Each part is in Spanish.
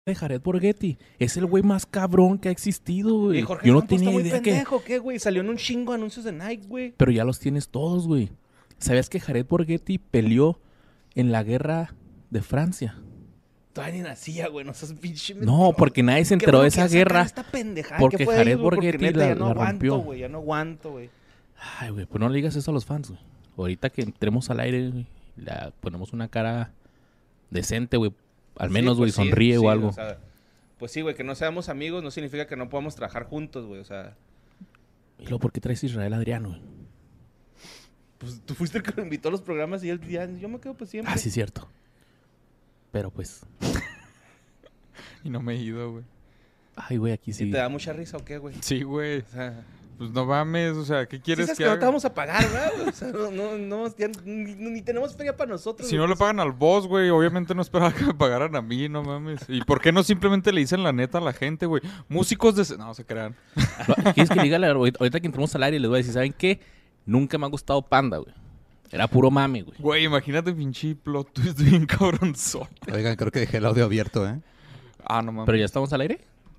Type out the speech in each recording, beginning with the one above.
de Jared Borghetti. Es el güey más cabrón que ha existido, güey. Y Jorge Yo no Campos tenía está muy idea pendejo, ¿qué, güey? Salió en un chingo de anuncios de Nike, güey. Pero ya los tienes todos, güey. ¿Sabías que Jared Borghetti peleó en la guerra de Francia? Todavía ni nacía, güey. No seas pinche No, mentiroso. porque nadie se Qué enteró bueno de que esa ya sacaron guerra. esta pendejada. porque ¿Qué fue de Jared ellos, güey? Porque Borghetti neta, ya no la aguanto, rompió. güey. Ya no aguanto, güey. Ay, güey, pues no le digas eso a los fans, güey. Ahorita que entremos al aire, güey, le ponemos una cara decente, güey. Al menos, Sí, güey, pues sí, sonríe sí, o algo. O sea, pues sí, güey, que no seamos amigos no significa que no podamos trabajar juntos, güey. O sea, Y luego, ¿por qué traes a Israel Adriano, güey? pues tú fuiste el que lo invitó a los programas y él ya, yo me quedo pues siempre. Ah, sí, cierto. Pero pues, Y no me he ido, güey. ay, güey, aquí ¿Y sí. te da mucha risa o qué, güey? Sí, güey. O sea, Pues no mames, o sea, ¿qué sí quieres sabes que que no te haga? vamos a pagar, ¿verdad? O sea, no, ya ni tenemos feria para nosotros. Si güey. no le pagan al boss, güey, obviamente no esperaba que me pagaran a mí, no mames. ¿Y por qué no simplemente le dicen la neta a la gente, güey? Músicos de... No, se crean. ¿Quieres que le diga ahorita que entremos al aire les voy a decir, ¿saben qué? Nunca me ha gustado Panda, güey. Era puro mame, güey. Güey, imagínate pinche plot twist bien cabronzote. Oigan, creo que dejé el audio abierto, ¿eh? Ah, no mames. ¿Pero ya estamos al aire?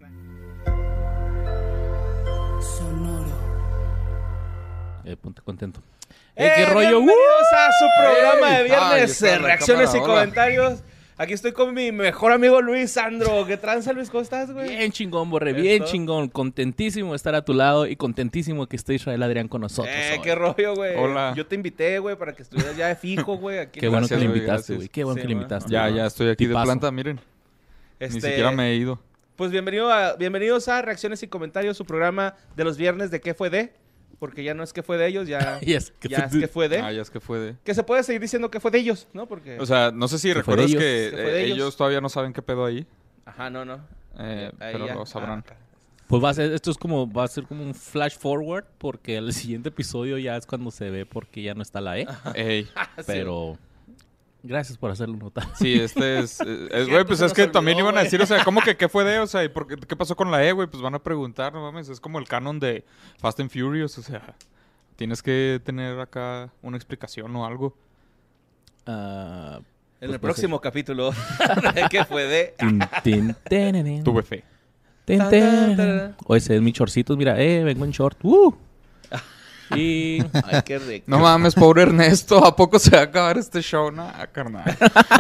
Ponte contento. ¿Qué rollo? Bienvenidos a su programa de Ay, viernes, está la reacciones cámara, y hola. comentarios. Aquí estoy con mi mejor amigo Luis Sandro. ¿Qué tranza, Luis? ¿Cómo estás, güey? Bien chingón, Borre, bien Eso. chingón. Contentísimo de estar a tu lado y contentísimo que esté Israel Adrián con nosotros hoy. Qué rollo, güey. Hola. Yo te invité, güey, para que estuvieras ya de fijo, güey. Aquí Qué en bueno la que le Gracias, güey, invitaste, gracias. güey. Qué bueno Sí, que le man. invitaste. Ya, ya estoy aquí de Tipazo. planta, miren. Ni siquiera me he ido. Pues bienvenidos a Reacciones y Comentarios, su programa de los viernes de ¿Qué fue de? Porque ya no es que fue de ellos, ya, Yes, ya es que fue de. Ah, ya es que fue de... Que se puede seguir diciendo que fue de ellos, ¿no? Porque... O sea, no sé si Que fue de recuerdas ellos. que Que fue de ellos. ellos todavía no saben qué pedo ahí. Ajá, no. Ahí Pero ya. lo sabrán. Pues va a ser como un flash forward porque el siguiente episodio ya es cuando se ve porque ya no está la E. Ey. Pero gracias por hacerlo notar. Sí, este es... güey, Cierto, pues se es nos que olvidó, también iban a güey. decir, o sea, ¿cómo que qué fue de? O sea, ¿y por qué pasó con la E, güey? Pues van a preguntar, no mames. Es como el canon de Fast and Furious, o sea... Tienes que tener acá una explicación o algo. Ah, En pues el próximo capítulo de ¿Qué fue de? tin, tenenen, Tuve fe. tin, Tan, tenenen. tan, tan. Oye, ese es mi shortcitos, mira, vengo en short. Y Ay, qué rico. No mames, pobre Ernesto. ¿A poco se va a acabar este show? Nah, carnal.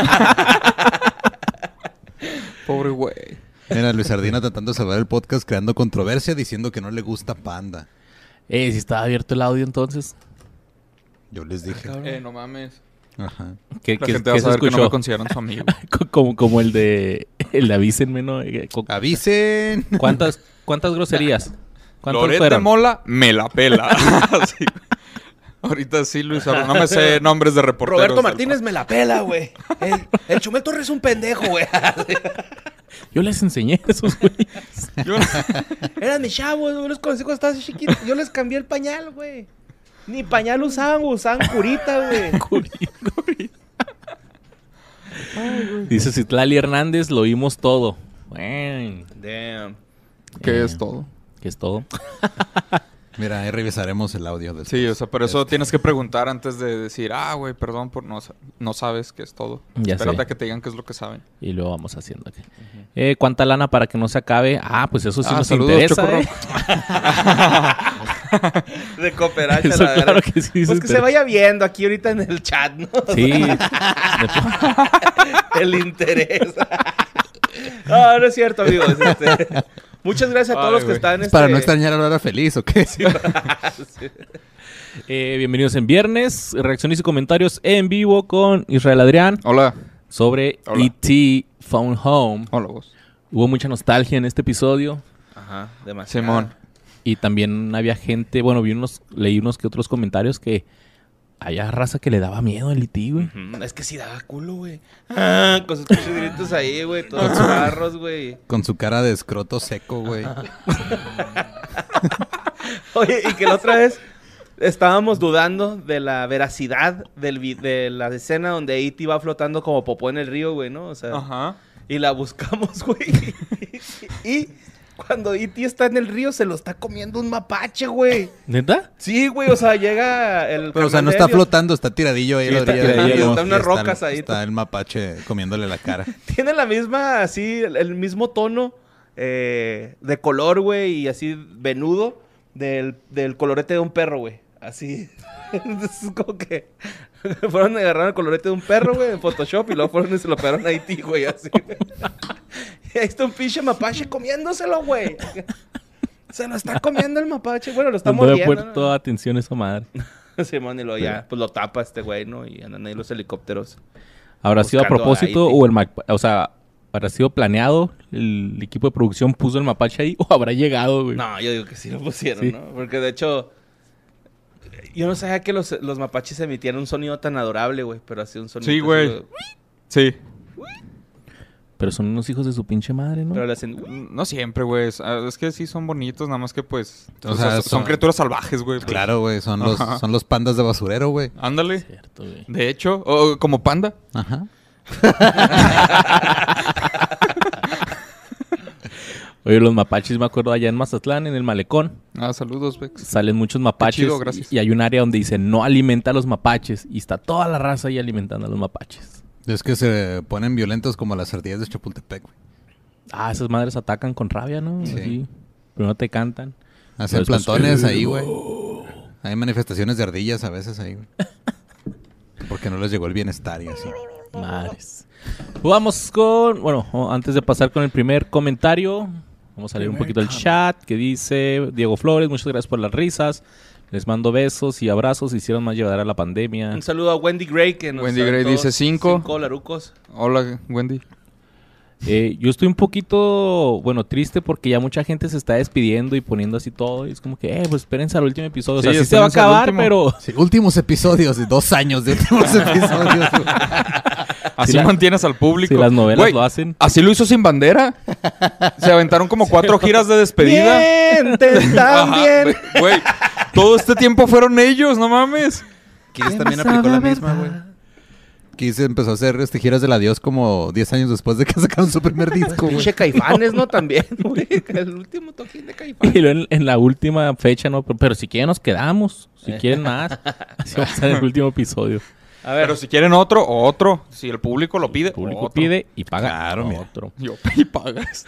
Pobre güey. Mira, Luis Ardina tratando de salvar el podcast creando controversia diciendo que no le gusta Panda. si estaba abierto el audio entonces, Yo les dije. No mames. Ajá. ¿qué La gente va a se saber que no escuchó? me consideran su amigo. Como el de avísenme, ¿no? ¡Avisen! ¿Cuántas groserías? ¿Cuántas Loret de fueron? Mola me la pela. Sí. Ahorita sí, Luis. Ahora no me sé nombres de reporteros. Roberto Martínez me la pela, güey. El Chumel Torres es un pendejo, güey. Yo les enseñé a esos güeyes. Yo- Eran mis chavos, yo los conocí cuando estabas chiquito. Yo les cambié el pañal, güey. Ni pañal usaban curita, güey. Dice Citlali Hernández, lo oímos todo. Bueno, Damn. ¿Qué es todo? ¿qué es todo? Mira, ahí revisaremos el audio. Después. Sí, o sea, por eso tienes que preguntar antes de decir, güey, perdón por no sabes qué es todo. Ya Espérate sé. a que te digan qué es lo que saben. Y luego vamos haciendo aquí. ¿Cuánta lana para que no se acabe? Pues eso sí nos saludos, interesa, Chocorro. De cooperacha, Eso la verdad. claro que sí. Pues que se interesa. vaya viendo aquí ahorita en el chat, ¿no? Sí. El interés. No es cierto, amigos. Muchas gracias a todos Ay, los que güey. están... ¿Es para no extrañar a la hora feliz o qué? Sí. Bienvenidos en viernes. Reacciones y comentarios en vivo con Israel Adrián Hola. sobre Hola. E.T. Phone Home. Hola, vos. Hubo mucha nostalgia en este episodio. Ajá, demasiado. Simón. Y también había gente, bueno, leí unos que otros comentarios que había raza que le daba miedo al E.T., güey. Es que sí daba culo, güey. Con sus pinches gritos ahí, güey. Todos los carros, güey. Con su cara de escroto seco, güey. Oye, y que la otra vez estábamos dudando de la veracidad de la escena donde E.T. va flotando como popó en el río, güey, ¿no? O sea, Ajá. y la buscamos, güey. Y Cuando E.T. está en el río, se lo está comiendo un mapache, güey. ¿Neta? Sí, güey, o sea, llega el... Pero, o sea, no carnal de está Elliot. flotando, está tiradillo ahí. Sí, a la está orilla del tiradillo. río, Está en unas y rocas ahí. Está el mapache comiéndole la cara. Tiene la misma, así, el mismo tono de color, güey, y así venudo del colorete de un perro, güey. Así. Es como que fueron a agarrar el colorete de un perro, güey, en Photoshop y luego fueron y se lo pegaron a Haití, güey, así. Y ahí está un pinche mapache comiéndoselo, güey. Se lo está comiendo el mapache. Bueno, lo está No voy a mordiendo. poner toda atención a esa madre. Simón, y lo ya, pues lo tapa este güey, ¿no? Y andan ahí los helicópteros. ¿Habrá sido a Buscando a propósito Haití. o o sea, habrá sido planeado? ¿El equipo de producción puso el mapache ahí o habrá llegado, güey? No, yo digo que sí lo pusieron, Sí. ¿no? Porque de hecho, yo no sabía que los mapaches emitían un sonido tan adorable, güey. Pero así un sonido. Sí, güey. Sí. Pero son unos hijos de su pinche madre, ¿no? Pero le hacen. No siempre, güey. Es que sí son bonitos, nada más que pues... O sea, son son- criaturas salvajes, güey. pues. Claro, güey. Son Ajá. los pandas de basurero, güey. Ándale. Cierto, güey. De hecho, o como panda. Ajá. Oye, los mapaches, me acuerdo allá en Mazatlán, en el malecón, Ah, saludos, Bex. salen muchos mapaches. chido, gracias. Y hay un área donde dice no alimenta a los mapaches. Y está toda la raza ahí alimentando a los mapaches. Es que se ponen violentos como las ardillas de Chapultepec, güey. Ah, esas madres atacan con rabia, ¿no? Sí. Así. Primero te cantan. Hacen Pero después- plantones ahí, güey. Hay manifestaciones de ardillas a veces ahí, güey. Porque no les llegó el bienestar y así. Madres. Vamos con... Bueno, antes de pasar con el primer comentario, vamos a leer un poquito el chat que dice Diego Flores, muchas gracias por las risas. Les mando besos y abrazos. Hicieron más llevadera la pandemia. Un saludo a Wendy Gray, que nos Wendy Gray aventó dice 5. 5 larucos. Hola, Wendy. Yo estoy un poquito, bueno, triste porque ya mucha gente se está despidiendo y poniendo así todo. Y es como que, pues espérense al último episodio. O sea, Sí, sí se va a espérense al acabar, último. pero... Sí, últimos episodios, de 2 años de últimos episodios, güey. Así Sí, mantienes al público. Si las novelas Güey, lo hacen. así lo hizo Sin Bandera. Se aventaron como 4 giras de despedida. Mienten también. Ajá, güey, todo este tiempo fueron ellos, no mames. Kiss también aplicó la misma, güey. Kiss empezó a hacer giras del adiós como 10 años después de que sacaron su primer disco, güey. Pinche Caifanes, ¿no? También, güey. El último toquín de Caifanes. Y luego en la última fecha, ¿no? Pero si quieren nos quedamos. Si quieren más. Así va a ser el último episodio. A ver, Pero si quieren otro. Si el público lo pide, El público otro. pide y paga Claro, mira. otro. Yo, y pagas.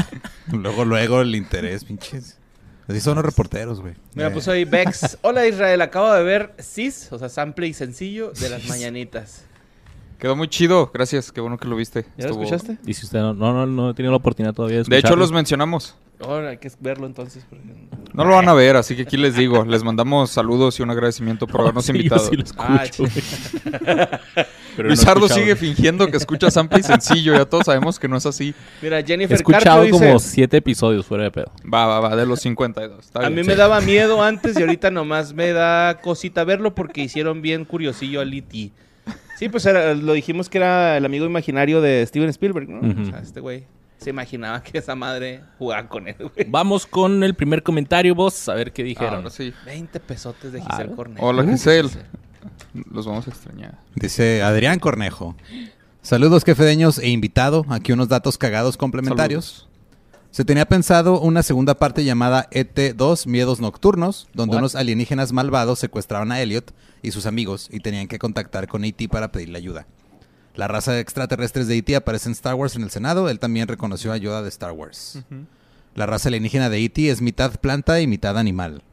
Luego el interés, pinches. Así son los reporteros, güey. mira, pues soy Bex. Hola, Israel. Acabo de ver Cis, o sea, sample y sencillo de las mañanitas. Quedó muy chido, gracias, qué bueno que lo viste. ¿Ya lo Estuvo- escuchaste? Y si usted no he tenido la oportunidad todavía de De hecho, escucharlo. los mencionamos. Ahora hay que verlo entonces. Porque... No lo van a ver, así que aquí les digo. Les mandamos saludos y un agradecimiento por habernos Sí, yo invitado. sí lo escucho, Ah, güey. Pero no he Luisardo escuchado. sigue fingiendo que escucha sample y sencillo. Ya todos sabemos que no es así. Mira, He Jennifer escuchado Carpio dice... como 7 episodios fuera de pedo. Va, de los 52. Está A bien. mí me daba miedo antes y ahorita nomás me da cosita verlo porque hicieron bien curiosillo al E.T. Sí, pues lo dijimos que era el amigo imaginario de Steven Spielberg, ¿no? Ujú. O sea, este güey se imaginaba que esa madre jugaba con él, güey. Vamos con el primer comentario, vos. A ver qué dijeron. Ahora sí. 20 pesotes de Giselle Ah, Cornell. Hola, Giselle. Los vamos a extrañar. Dice Adrián Cornejo. Saludos, jefedeños e invitado. Aquí unos datos cagados complementarios. Saludos. Se tenía pensado una segunda parte llamada ET2, Miedos Nocturnos, donde What? unos alienígenas malvados secuestraban a Elliot y sus amigos y tenían que contactar con E.T. para pedirle ayuda. La raza de extraterrestres de E.T. aparece en Star Wars en el Senado. Él también reconoció a Yoda de Star Wars. La raza alienígena de E.T. es mitad planta y mitad animal.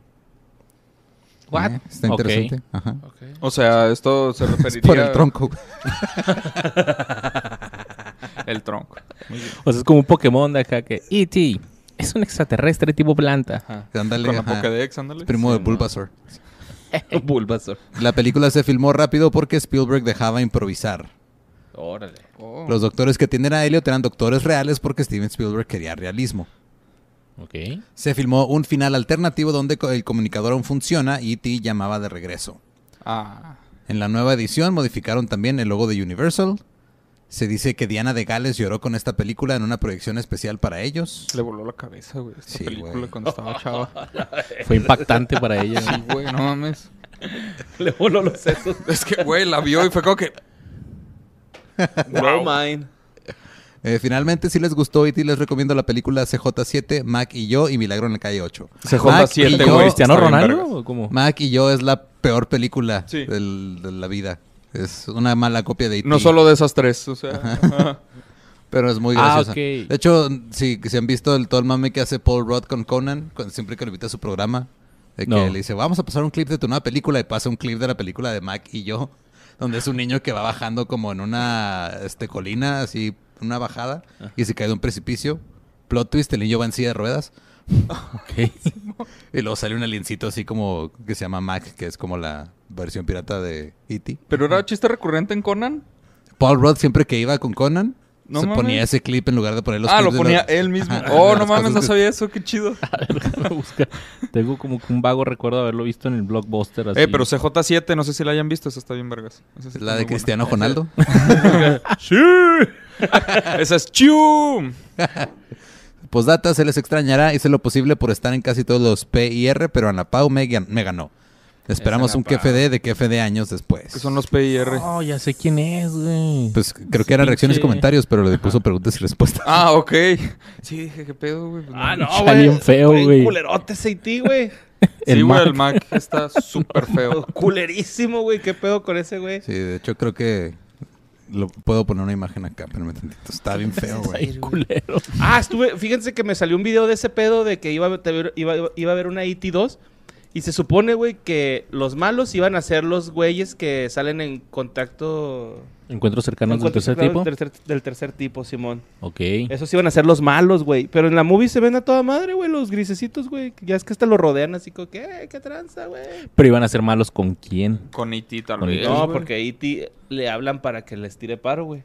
What? Está Ok. interesante. Ajá. Ok. O sea, esto se referiría... Es por el tronco. El tronco. O sea, es como un Pokémon de acá que... E.T. es un extraterrestre tipo planta. Ajá. Ándale, Con la ajá. Pokédex, ándale. Primo de Sí, Bulbasaur. Bulbasaur. La película se filmó rápido porque Spielberg dejaba improvisar. Órale. Oh. Los doctores que atienden a Elliot eran doctores reales porque Steven Spielberg quería realismo. Ok. Se filmó un final alternativo donde el comunicador aún funciona y E.T. llamaba de regreso. Ah. En la nueva edición modificaron también el logo de Universal. Se dice que Diana de Gales lloró con esta película en una proyección especial para ellos. Le voló la cabeza, güey. Esta Sí, película güey. cuando estaba chava. Fue impactante para ella. Sí, güey, no mames. Le voló los sesos. Es que, güey, la vio y fue como que... No mine. Finalmente, si les gustó E.T., les recomiendo la película CJ7, Mac y yo y Milagro en la calle 8. CJ7, Mac y yo- güey. ¿Cristiano Está bien Ronaldo vergas. o cómo? Mac y yo es la peor película Sí. de la vida. Es una mala copia de E.T. No solo de esas tres, o sea. ajá. Pero es muy Ah, graciosa. ok. De hecho, si han visto todo el mame que hace Paul Rudd con Conan, siempre que lo invita a su programa, de que No. le dice, vamos a pasar un clip de tu nueva película, y pasa un clip de la película de Mac y yo, donde es un niño que va bajando como en una colina, así, una bajada, y se cae de un precipicio. Plot twist, el niño va en silla de ruedas, Ok. y luego sale un aliencito así como que se llama Mac, que es como la versión pirata de E.T. Pero era chiste recurrente en Conan. Paul Rudd siempre que iba con Conan, No se mames. ponía ese clip en lugar de poner los Ah, clips lo de ponía los- él mismo. Ajá, Oh, de no las mames, cosas no que- sabía eso. Qué chido. Déjame buscar. Tengo como que un vago recuerdo de haberlo visto en el Blockbuster. Así. Pero CJ7, no sé si la hayan visto. Esa está bien vergas. Esa sí Es está la muy de buena. Cristiano Ronaldo. ¡Sí! Esa es Chum. Postdata, se les extrañará. Hice lo posible por estar en casi todos los P y R, pero Ana Pau me ganó. Esperamos Ana un Pau. KFD de KFD años después. Que son los PIR. Oh, ya sé quién es, güey. Pues creo Sí, que eran reacciones y pinche- comentarios, pero le puso preguntas y respuestas. Ah, ok. Sí, dije, ¿qué pedo, güey? Pues Ah, no, Está güey. bien feo, Bien güey. culerote ese IT, güey. Sí, El güey, Mac. el Mac está súper feo. Culerísimo, güey. ¿Qué pedo con ese, güey? Sí, de hecho creo que puedo poner una imagen acá, pero me tantito. Está bien feo, Está güey. bien culero. Ah, fíjense que me salió un video de ese pedo de que iba a haber una IT2. Y se supone, güey, que los malos iban a ser los güeyes que salen en contacto... ¿Encuentros cercanos del tercer tipo? Del tercer tipo, Simón. Ok. Esos iban a ser los malos, güey. Pero en la movie se ven a toda madre, güey, los grisecitos, güey. Ya es que hasta lo rodean así como que, ¿qué tranza, güey? Pero iban a ser malos con quién. Con E.T. tal Con vez. E.T. No, güey. porque a E.T. le hablan para que les tire paro, güey.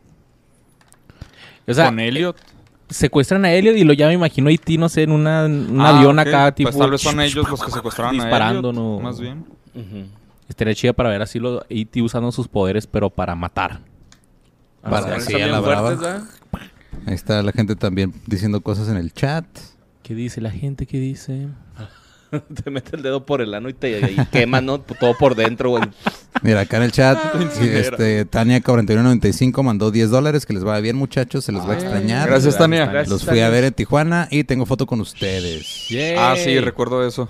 O sea, Con Elliot. secuestran a Elliot y lo ya me imagino a E.T., no sé, en un Ah, avión ok. acá, tipo... Pues tal vez son ellos los que secuestraron disparando, a Elliot, ¿no? Más bien. Estaría chida para ver así lo E.T. usando sus poderes, pero para matar. Para Están así a bien la brava. fuertes, ¿verdad? Ahí está la gente también diciendo cosas en el chat. ¿Qué dice la gente? ¿Qué dice? Te mete el dedo por el ano y te quema, ¿no? Todo por dentro, güey. Mira, acá en el chat, incinera. Tania 4195 mandó $10. Que les vaya bien, muchachos. Se les va a extrañar. Gracias, Tania. Gracias, Los fui a ver en Tijuana y tengo foto con ustedes. Ah, sí, recuerdo eso.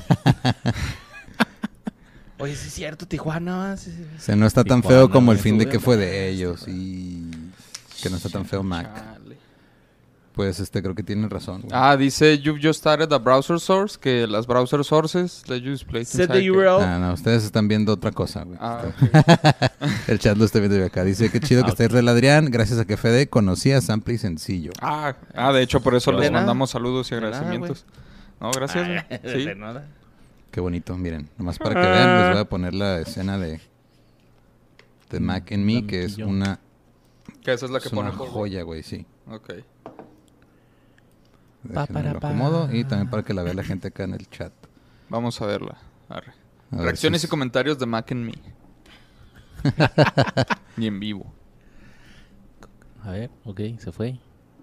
Oye, sí es cierto, Tijuana. Sí, sí. O sea, no está tan Tijuana, feo como el güey, fin de estuve que en fue de Vegas. ellos. Y que no está tan feo Mac. Chale. Pues creo que tienen razón. güey. Ah, dice, you've just started a browser source, que las browser sources let you display Set inside the que- URL. Ah, no, ustedes están viendo otra cosa, güey. Ah, El chat lo está viendo yo acá. Dice que chido que estáis Real Adrián. Gracias a que Fede conocía Sample y Sencillo. de hecho, por eso De les nada. mandamos saludos y De nada, agradecimientos. No, gracias, güey. Sí. De nada. Qué bonito, miren. Nomás para que vean, les voy a poner la escena de Mac and Me, que es una, Que esa es la que es una pone Paul. joya, güey, sí. Ok. Déjenme lo acomodo y también para que la vea la gente acá en el chat. Vamos a verla. Arre. A ver Reacciones si- y comentarios de Mac and Me. Y en vivo. A ver, ok, se fue.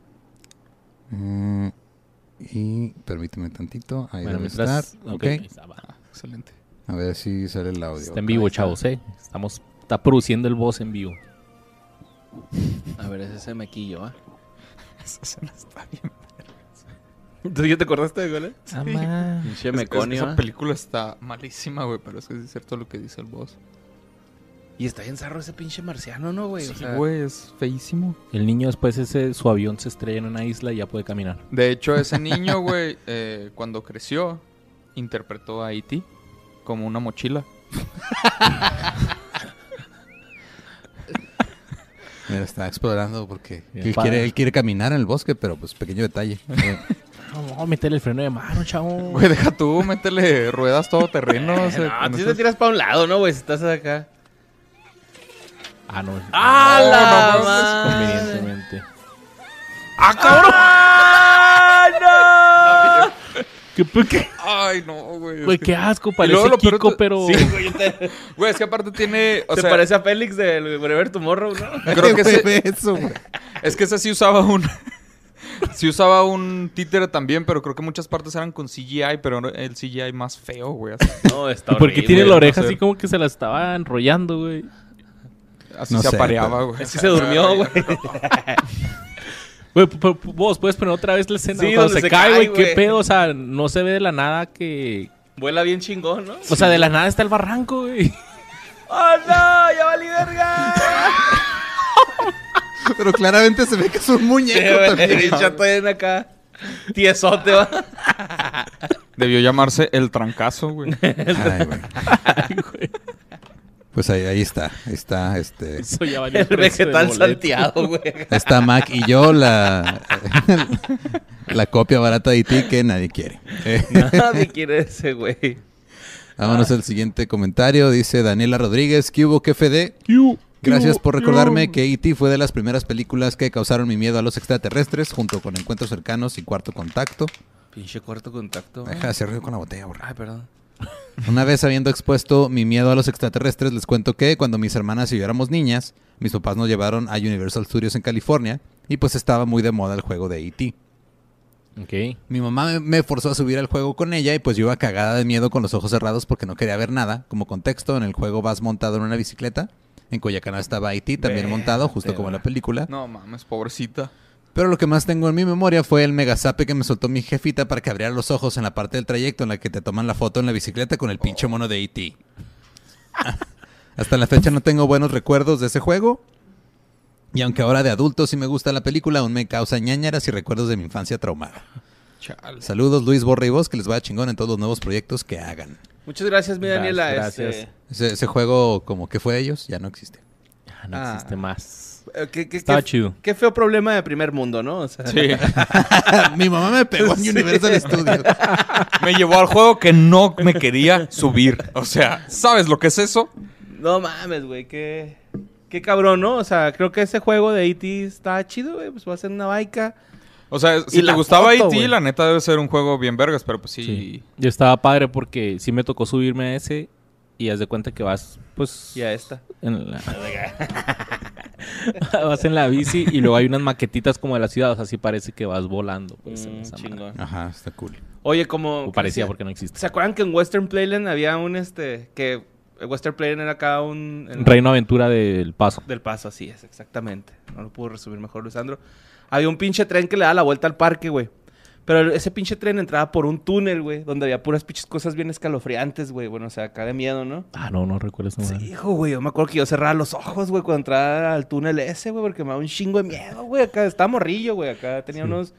Y permíteme tantito. Ahí Bueno, debe mientras... estar. Ok, Ok. ahí está, va. Excelente. A ver si sale el audio. Está en vivo, chavos, Está produciendo el voz en vivo. A ver, ese es el mequillo, ¿ah? Esa escena está bien. ¿Tú ya te acordaste de gol? Amá. Pinche Es- meconio, esa ¿ah? película está malísima, güey, pero es que es cierto lo que dice el boss. Y está bien zarro ese pinche marciano, ¿no, güey? Sí, O sea, güey, es feísimo. El niño después su avión se estrella en una isla y ya puede caminar. De hecho, ese niño, güey, cuando creció, interpretó a E.T. como una mochila. Mira, está explorando porque Bien él padre. quiere caminar en el bosque, pero pues pequeño detalle. No, métele el freno de mano, chavo. Güey, deja tú, métele ruedas todo terreno. o sea, No, con tú te esas- tiras para un lado, ¿no, güey? Si estás acá. Ah, no. ¡Ah, No, la no, madre! Convenientemente. ¡Ah, no! ¿Qué? Ay, no, güey. Güey, es que- qué asco. Y Parece luego lo peor Kiko, es- pero... Sí, güey, Güey, es que aparte tiene... O se sea, parece a Félix del Wherever Tomorrow, ¿no? creo que Güey, ve eso, güey. es que ese sí usaba un... sí usaba un títere también, pero creo que muchas partes eran con CGI, pero el CGI más feo, güey. No, está ¿Por qué horrible. tiene la no oreja sé. así como que se la estaba enrollando, güey? Así No se sé, apareaba, pero- güey. Es que se durmió, güey. Güey, vos puedes poner otra vez la escena Sí, cuando donde se se cae, cae, güey. ¿Qué güey. pedo? O sea, no se ve de la nada que... Vuela bien chingón, ¿no? O sea, de la nada está el barranco, güey. ¡Oh, no! ¡Ya valí verga! Pero claramente se ve que es un muñeco también. El chato en acá. Tiesote, va. Debió llamarse El Trancazo, güey. Ay, güey. Ay, güey. Pues ahí está. Está, Eso ya valió El precio de vegetal boleto. salteado, güey. está Mac y yo, la copia barata de E.T. que nadie quiere. Nadie quiere ese, güey. Vámonos al siguiente comentario. Dice Daniela Rodríguez. ¿Qué hubo, qué FD? Gracias por recordarme que E.T. fue de las primeras películas que causaron mi miedo a los extraterrestres, junto con Encuentros Cercanos y Cuarto Contacto. Pinche cuarto contacto. Deja de hacer ruido con la botella, bro. Ay, perdón. Una vez habiendo expuesto mi miedo a los extraterrestres, les cuento que cuando mis hermanas y yo éramos niñas, mis papás nos llevaron a Universal Studios en California y pues estaba muy de moda el juego de E.T. Ok. Mi mamá me forzó a subir al juego con ella y pues yo iba cagada de miedo con los ojos cerrados porque no quería ver nada. Como contexto, en el juego vas montado en una bicicleta. En Coyacán estaba E.T. también montado, justo como en la película. No mames, pobrecita. Pero lo que más tengo en mi memoria fue el megazape que me soltó mi jefita para que abriera los ojos en la parte del trayecto en la que te toman la foto en la bicicleta con el pinche mono de E.T. Hasta la fecha no tengo buenos recuerdos de ese juego. Y aunque ahora de adulto sí me gusta la película, aún me causa ñañaras y recuerdos de mi infancia traumada. Chale. Saludos Luis Borre y vos, que les vaya chingón en todos los nuevos proyectos que hagan. Muchas gracias, mi Daniela. Gracias. Ese juego, como que fue de ellos, ya no existe. Ya no existe más. Estaba chido. Qué feo problema de primer mundo, ¿no? O sea, Sí. Mi mamá me pegó en Universal Studios. Me llevó al juego que no me quería subir. O sea, ¿sabes lo que es eso? No mames, güey. Qué cabrón, ¿no? O sea, creo que ese juego de E.T. está chido, güey. Pues va a ser una baica. O sea, Y si te la gustaba foto, E.T., güey. la neta debe ser un juego bien vergas, pero pues sí. Sí. Yo estaba padre porque sí me tocó subirme a ese y haz de cuenta que vas, pues... Ya está. En la... vas en la bici y luego hay unas maquetitas como de la ciudad. O sea, sí parece que vas volando. Pues, en esa madre. Chingón. Ajá, está cool. Oye, como... O parecía porque no existe. ¿Se acuerdan que en Western Playland había un que Western Playland era acá un... Reino Aventura del Paso. Del Paso, así es, exactamente. No lo puedo resumir mejor, Luisandro. Había un pinche tren que le da la vuelta al parque, güey. Pero ese pinche tren entraba por un túnel, güey, donde había puras pinches cosas bien escalofriantes, güey. Bueno, o sea, acá de miedo, ¿no? Ah, no recuerdo esa madre. Sí, hijo, güey. Yo me acuerdo que yo cerraba los ojos, güey, cuando entraba al túnel ese, güey, porque me daba un chingo de miedo, güey. Acá estaba morrillo, güey. Acá tenía unos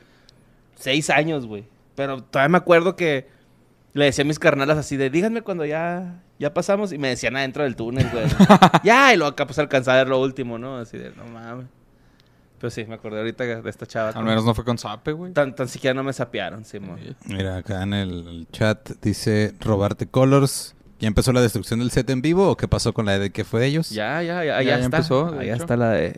6 años, güey. Pero todavía me acuerdo que le decía a mis carnalas así de, díganme cuando ya pasamos. Y me decían adentro del túnel, güey. Ya, y luego acá pues alcanzaba a ver lo último, ¿no? Así de, no mames. Pero sí, me acordé ahorita de esta chava. Al menos no fue con Zape, güey. Tan siquiera no me sapearon, Simón. Mira, acá en el chat dice Robarte Colors. ¿Ya empezó la destrucción del set en vivo o qué pasó con la de que fue de ellos? Ya Ya está. empezó, de Ahí hecho. está la de...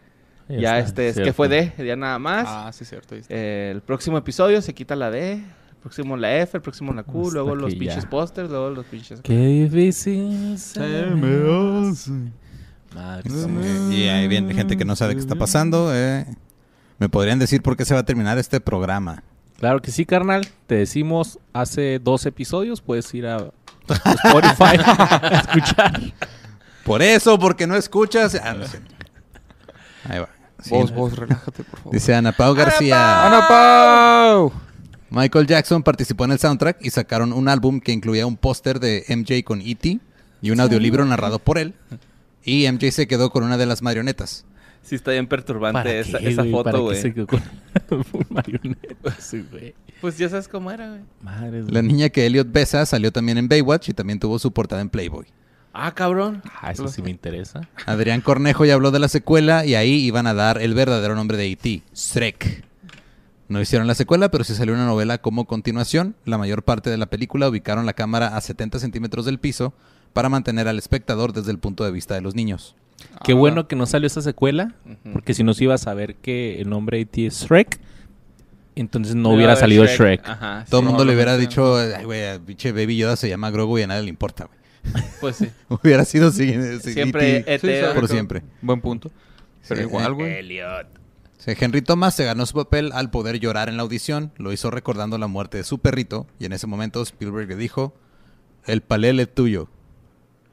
Ya es que fue D, ya nada más. Ah, sí, cierto. Ahí está. El próximo episodio se quita la D, el próximo la F, el próximo la Q, Hasta luego los que pinches ya. pósters, luego los pinches... Qué difícil se me hace. Madre mía. Y hay bien gente que no sabe qué está pasando. ¿Me podrían decir por qué se va a terminar este programa? Claro que sí, carnal. Te decimos hace 2 episodios. Puedes ir a Spotify a escuchar. Por eso, porque no escuchas. Ah, no sé. Ahí va. Sí, Vos, relájate, por favor. dice Ana Pau García. ¡Ana Pau! Michael Jackson participó en el soundtrack y sacaron un álbum que incluía un póster de MJ con E.T. y un audiolibro narrado por él. Y MJ se quedó con una de las marionetas. Sí está bien perturbante ¿Para esa qué, güey? ¿Para foto, qué se güey. quedó con un marioneta? Sí, güey. Pues ya sabes cómo era, güey. Madre La niña que Elliot besa salió también en Baywatch y también tuvo su portada en Playboy. Ah, cabrón. Ah, eso sí me interesa. Adrián Cornejo ya habló de la secuela y ahí iban a dar el verdadero nombre de E.T., Shrek. No hicieron la secuela, pero sí salió una novela como continuación. La mayor parte de la película ubicaron la cámara a 70 centímetros del piso para mantener al espectador desde el punto de vista de los niños. Qué bueno que no salió esa secuela, porque si no se iba a saber que el nombre de E.T. es Shrek, entonces no hubiera salido Shrek. Ajá. Todo el mundo le hubiera probablemente. dicho, ay, güey, pinche Baby Yoda se llama Grogu y a nadie le importa, güey. Pues sí. Hubiera sido Siempre E.T. ET. Sí, sabe por que- siempre. Buen punto. Pero Sí, igual, güey. Elliot. Sí, Henry Thomas se ganó su papel al poder llorar en la audición. Lo hizo recordando la muerte de su perrito. Y en ese momento Spielberg le dijo, el palele es tuyo.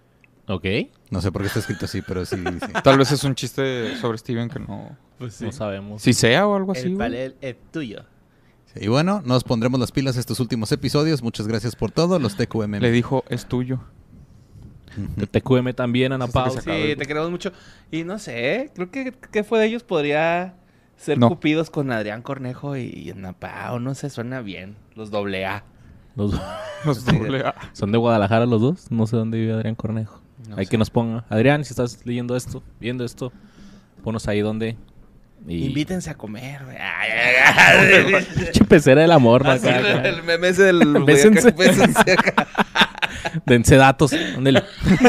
Ok. No sé por qué está escrito así, pero sí. Tal vez es un chiste sobre Steven que no... Pues No sabemos. Si sea o algo así, El güey. panel es tuyo. Y bueno, nos pondremos las pilas estos últimos episodios. Muchas gracias por todo. Los TQM. Le dijo, es tuyo. De TQM también, Ana Hasta que Pau. se Sí, acabe, te güey. queremos mucho. Y no sé, creo que fue de ellos podría ser No. cupidos con Adrián Cornejo y Ana Pao. No sé, suena bien. Los doble A. Los- Los doble A. ¿Son de Guadalajara los dos? No sé dónde vive Adrián Cornejo. No Hay sé. que nos ponga. Adrián, si estás leyendo esto, viendo esto, ponos ahí donde. Y... Invítense a comer, güey. Ay, ay, ay. Pinche pecera del amor, ¿no? Así, Acá, acá. el meme ese del... güey, Bésense. acá, bésense acá. Dense datos. Ándele.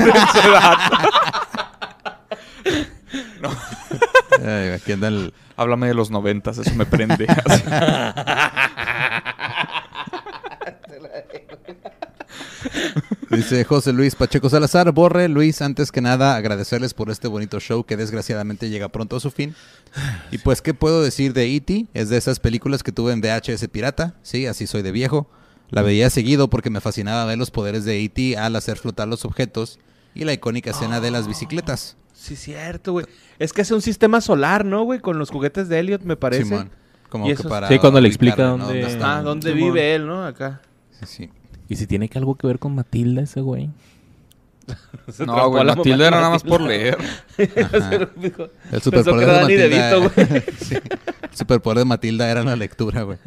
Ay, aquí anda el... Háblame de los 90, eso me prende. Así. Dice José Luis Pacheco Salazar. Borre, Luis, antes que nada agradecerles por este bonito show que desgraciadamente llega pronto a su fin. Y pues, ¿qué puedo decir de E.T.? Es de esas películas que tuve en VHS pirata. Sí, así soy de viejo. La veía seguido porque me fascinaba ver los poderes de E.T. al hacer flotar los objetos y la icónica escena de las bicicletas. Sí, cierto, güey. Es que hace un sistema solar, ¿no, güey? Con los juguetes de Elliot, me parece. Simón. Como Y que esos- para Sí, cuando le ubicarle, explica ¿no? dónde- está. Ah, ¿dónde Simón. vive él, no? Acá. Sí, sí. ¿Y si tiene que algo que ver con Matilda ese güey? Se No, trampó güey, a la mamá Matilda de era nada más por Matilda. leer. Dijo, El pensó superpoder que de era Danny Matilda. DeVito, Sí. El superpoder de Matilda era la lectura, güey.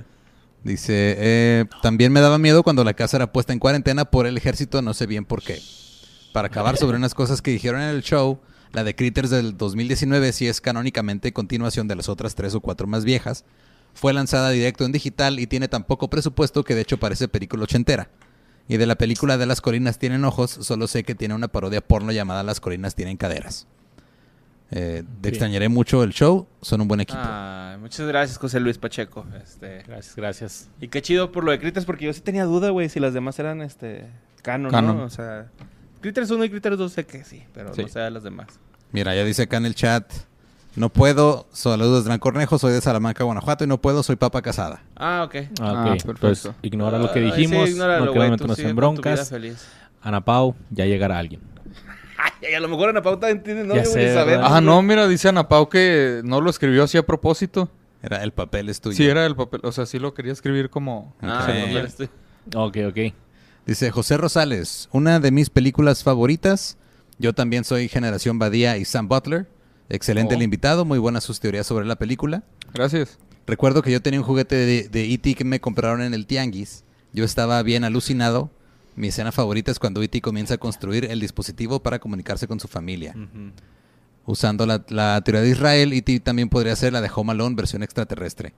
Dice, también me daba miedo cuando la casa era puesta en cuarentena por el ejército, no sé bien por qué. Para acabar sobre unas cosas que dijeron en el show, la de Critters del 2019 sí es canónicamente continuación de las otras 3 o 4 más viejas. Fue lanzada directo en digital y tiene tan poco presupuesto que de hecho parece película ochentera. Y de la película de Las colinas tienen ojos, solo sé que tiene una parodia porno llamada Las colinas tienen caderas. Te extrañaré mucho el show, son un buen equipo. Ay, muchas gracias, José Luis Pacheco. Gracias, gracias. Y qué chido por lo de Critters, porque yo sí tenía duda, güey, si las demás eran canon, Canon. ¿no? O sea, Critters 1 y Critters 2 sé que sí, pero Sí. no sé de las demás. Mira, ya dice acá en el chat, no puedo, saludos Gran Cornejo, soy de Salamanca, Guanajuato, y no puedo, soy papa casada. Ah, ok. Ah, Ah, ok. perfecto. Entonces, ignora lo que Ay, dijimos. sí, ignóralo, no güey, queremos tú meternos sigue en con tu vida broncas. feliz. Ana Pau, ya llegará alguien. Ay, a lo mejor Ana Pauta entiende, no, Ya güey, sé, ni sabemos, ¿verdad? Ah, güey. no, mira, dice Ana Pau que no lo escribió así a propósito. Era el papel es tuyo. Sí, era el papel. O sea, sí lo quería escribir como... Ah, Ok. el papel estoy- Ok, ok. Dice José Rosales, una de mis películas favoritas. Yo también soy Generación Badía y Sam Butler. Excelente el invitado, muy buenas sus teorías sobre la película. Gracias. Recuerdo que yo tenía un juguete de E.T. que me compraron en el Tianguis. Yo estaba bien alucinado. Mi escena favorita es cuando E.T. comienza a construir el dispositivo para comunicarse con su familia. Usando la teoría de Israel, E.T. también podría ser la de Home Alone versión extraterrestre.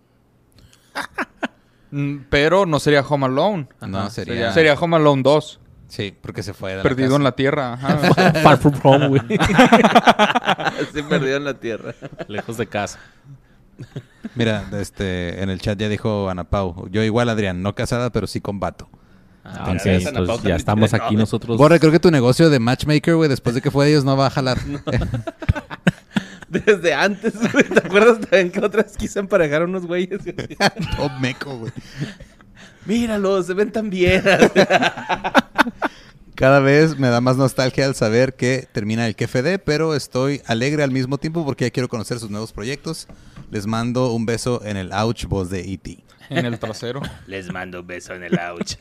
Pero no sería Home Alone. No, sería... Sería Home Alone 2. Sí, porque se fue de la Perdido casa. en la tierra. Ajá. Far from home, güey. Sí, perdido en la tierra. Lejos de casa. Mira, en el chat ya dijo Ana Pau. Yo igual, Adrián, no casada, pero sí con vato. Ah, mira, ok, ves, Ana Pau entonces ya también estamos tiene aquí novio. nosotros. Borre, creo que tu negocio de matchmaker, güey, después de que fue de ellos, no va a jalar. Desde antes, güey. ¿Te acuerdas también que otras quise emparejar a unos güeyes? Top meco, güey. Míralos, se ven tan bien. Cada vez me da más nostalgia al saber que termina el KFD, pero estoy alegre al mismo tiempo porque ya quiero conocer sus nuevos proyectos. Les mando un beso en el ouch voz de E.T. En el trasero. Les mando un beso en el ouch.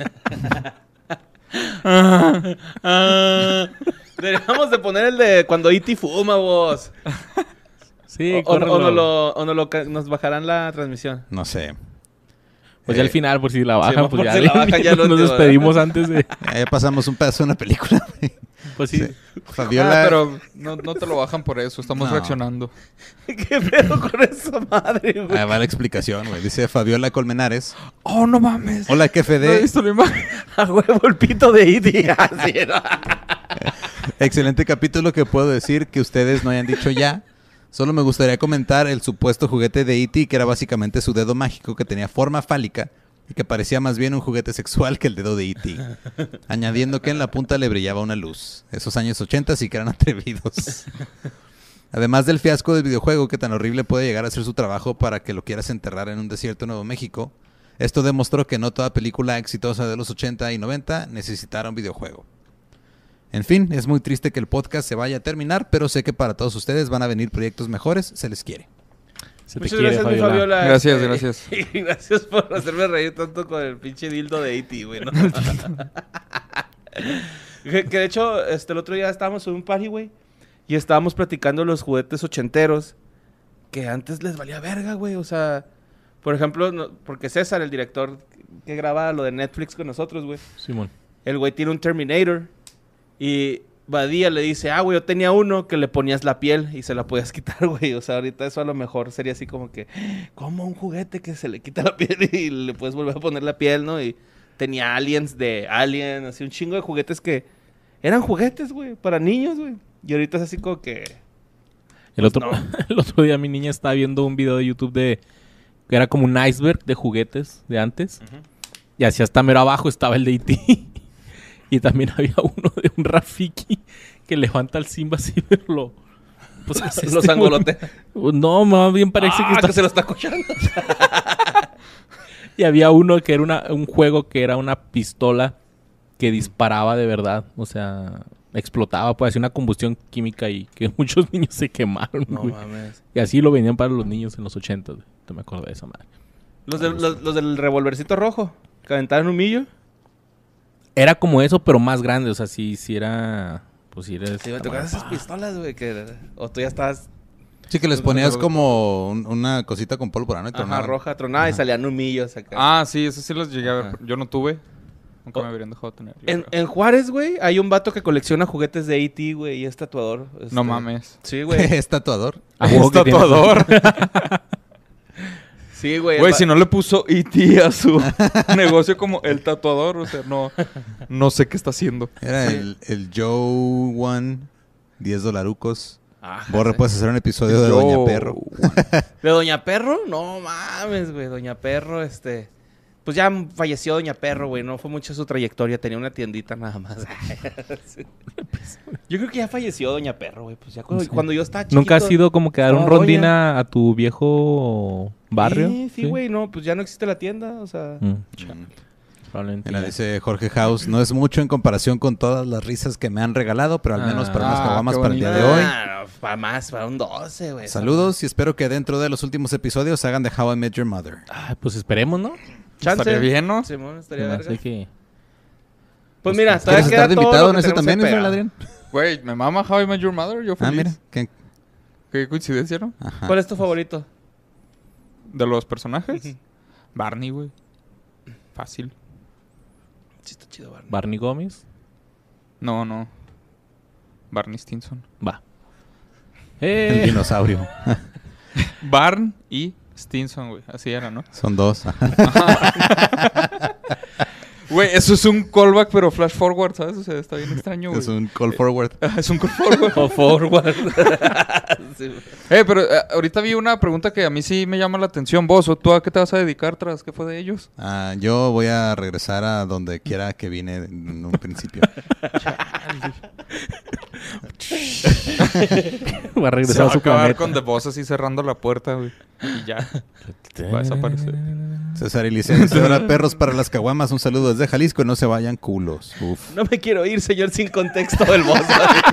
Deberíamos de poner el de cuando E.T. fuma, vos. Sí, O córrelo. nos bajarán la transmisión. No sé. Pues ya al final, por si la bajan, no, pues por ya, si la bajan, ya lo nos último, despedimos antes de... Ya pasamos un pedazo de una película, güey. Pues sí. Sí. Fabiola... Pero no te lo bajan por eso. Estamos No. reaccionando. ¿Qué pedo con esa madre, güey? Ahí va la explicación, güey. Dice Fabiola Colmenares. Oh, no mames. Hola, No he KFD. visto la imagen. A huevo el pito de E.T. Así, ¿no? Excelente capítulo que puedo decir que ustedes no hayan dicho ya. Solo me gustaría comentar el supuesto juguete de E.T. que era básicamente su dedo mágico que tenía forma fálica y que parecía más bien un juguete sexual que el dedo de E.T. Añadiendo que en la punta le brillaba una luz. Esos años 80 sí que eran atrevidos. Además del fiasco del videojuego que tan horrible puede llegar a ser su trabajo para que lo quieras enterrar en un desierto en Nuevo México, esto demostró que no toda película exitosa de los 80 y 90 necesitara un videojuego. En fin, es muy triste que el podcast se vaya a terminar, pero sé que para todos ustedes van a venir proyectos mejores. Se les quiere. Se te Muchas quiere, gracias, mi Fabiola. Gracias, gracias. Y gracias por hacerme reír tanto con el pinche dildo de E.T., güey, ¿no? que de hecho, el otro día estábamos en un party, güey, y estábamos platicando los juguetes ochenteros que antes les valía verga, güey. O sea, por ejemplo, porque César, el director que graba lo de Netflix con nosotros, güey, Simón. el güey tiene un Terminator y Badía le dice, güey, yo tenía uno que le ponías la piel y se la podías quitar, güey. O sea, ahorita eso a lo mejor sería así como que, como un juguete que se le quita la piel y le puedes volver a poner la piel, ¿no? Y tenía aliens de Alien, así un chingo de juguetes que eran juguetes, güey, para niños, güey. Y ahorita es así como que... El otro día mi niña estaba viendo un video de YouTube que era como un iceberg de juguetes de antes. Y así hasta mero abajo estaba el de E.T. Y también había uno de un Rafiki que levanta al Simba así, verlo. Pues, los angolotea. No, más bien parece que se lo está cochando. Y había uno que era un juego que era una pistola que disparaba de verdad. O sea, explotaba, pues hacía una combustión química y que muchos niños se quemaron, No güey. mames. Y así lo vendían para los niños en los 80, güey. Te me acuerdo de esa madre. Los del revolvercito rojo, que aventaron un millo. Era como eso, pero más grande. O sea, sí era... Pues sí era... Sí, me tocaban esas pistolas, güey, o tú ya estabas... Sí, que les ponías como una cosita con pólvora, ¿no? Y Ajá, tronaban. roja, tronada y salían humillos acá. Ah, sí, eso sí los llegué a ver. Ajá. Yo no tuve. Nunca me habrían dejado tener. yo creo. En Juárez, güey, hay un vato que colecciona juguetes de E.T., güey, y es tatuador. No mames. Sí, güey. ¿Es tatuador? A huevo que tiene- tatuador. Sí, güey. Güey, si no le puso E.T. a su negocio como el tatuador, o sea, no sé qué está haciendo. Era Sí. el Joe One, $10. Ajá, Borre, sí. puedes hacer un episodio de Yo- Doña Perro. ¿De Doña Perro? No mames, güey. Doña Perro, pues ya falleció Doña Perro, güey. No fue mucha su trayectoria. Tenía una tiendita nada más. Sí. Yo creo que ya falleció Doña Perro, güey. Pues ya cuando yo estaba chiquito... ¿Nunca has ido como que a dar un estaba rondín doña. a tu viejo barrio? Sí, güey. No, pues ya no existe la tienda. O sea... Probablemente. Mira, ya. dice Jorge House, no es mucho en comparación con todas las risas que me han regalado, pero al menos para unas caguamas qué para el día de bonito. hoy. Para más, para un 12, güey. Saludos y espero que dentro de los últimos episodios hagan de How I Met Your Mother. Ay, pues esperemos, ¿no? Chance. Estaría bien, ¿no? Simón, estaría Se me verga. hace que... Pues mira, ¿Quieres todavía queda estar de todo invitado lo en que ese tenemos también, que Israel pegar. Adrián? Güey, me mama How I Met Your Mother. Yo feliz. Mira. Qué coincidencia, ¿no? Ajá. ¿Cuál es tu favorito? De los personajes. Ujú. Barney, güey. Fácil. Sí, está chido, Barney. Barney Gómez. No. Barney Stinson. Va. El dinosaurio. Barn y Stinson, güey. Así era, ¿no? Son dos. Güey, eso es un callback, pero flash forward, ¿sabes? O sea, está bien extraño, güey. Es un call forward. Es un call forward. O forward. Sí, güey. Pero ahorita vi una pregunta que a mí sí me llama la atención. ¿Vos o tú a qué te vas a dedicar tras qué fue de ellos? Yo voy a regresar a donde quiera que vine en un principio. Va a Se regresar va a a su acabar planeta. con The Boss así cerrando la puerta, güey. Y ya. Va a desaparecer. César y licencia. Ahora perros para las caguamas. Un saludo desde Jalisco. No se vayan culos. Uf. No me quiero ir, señor, sin contexto del boss.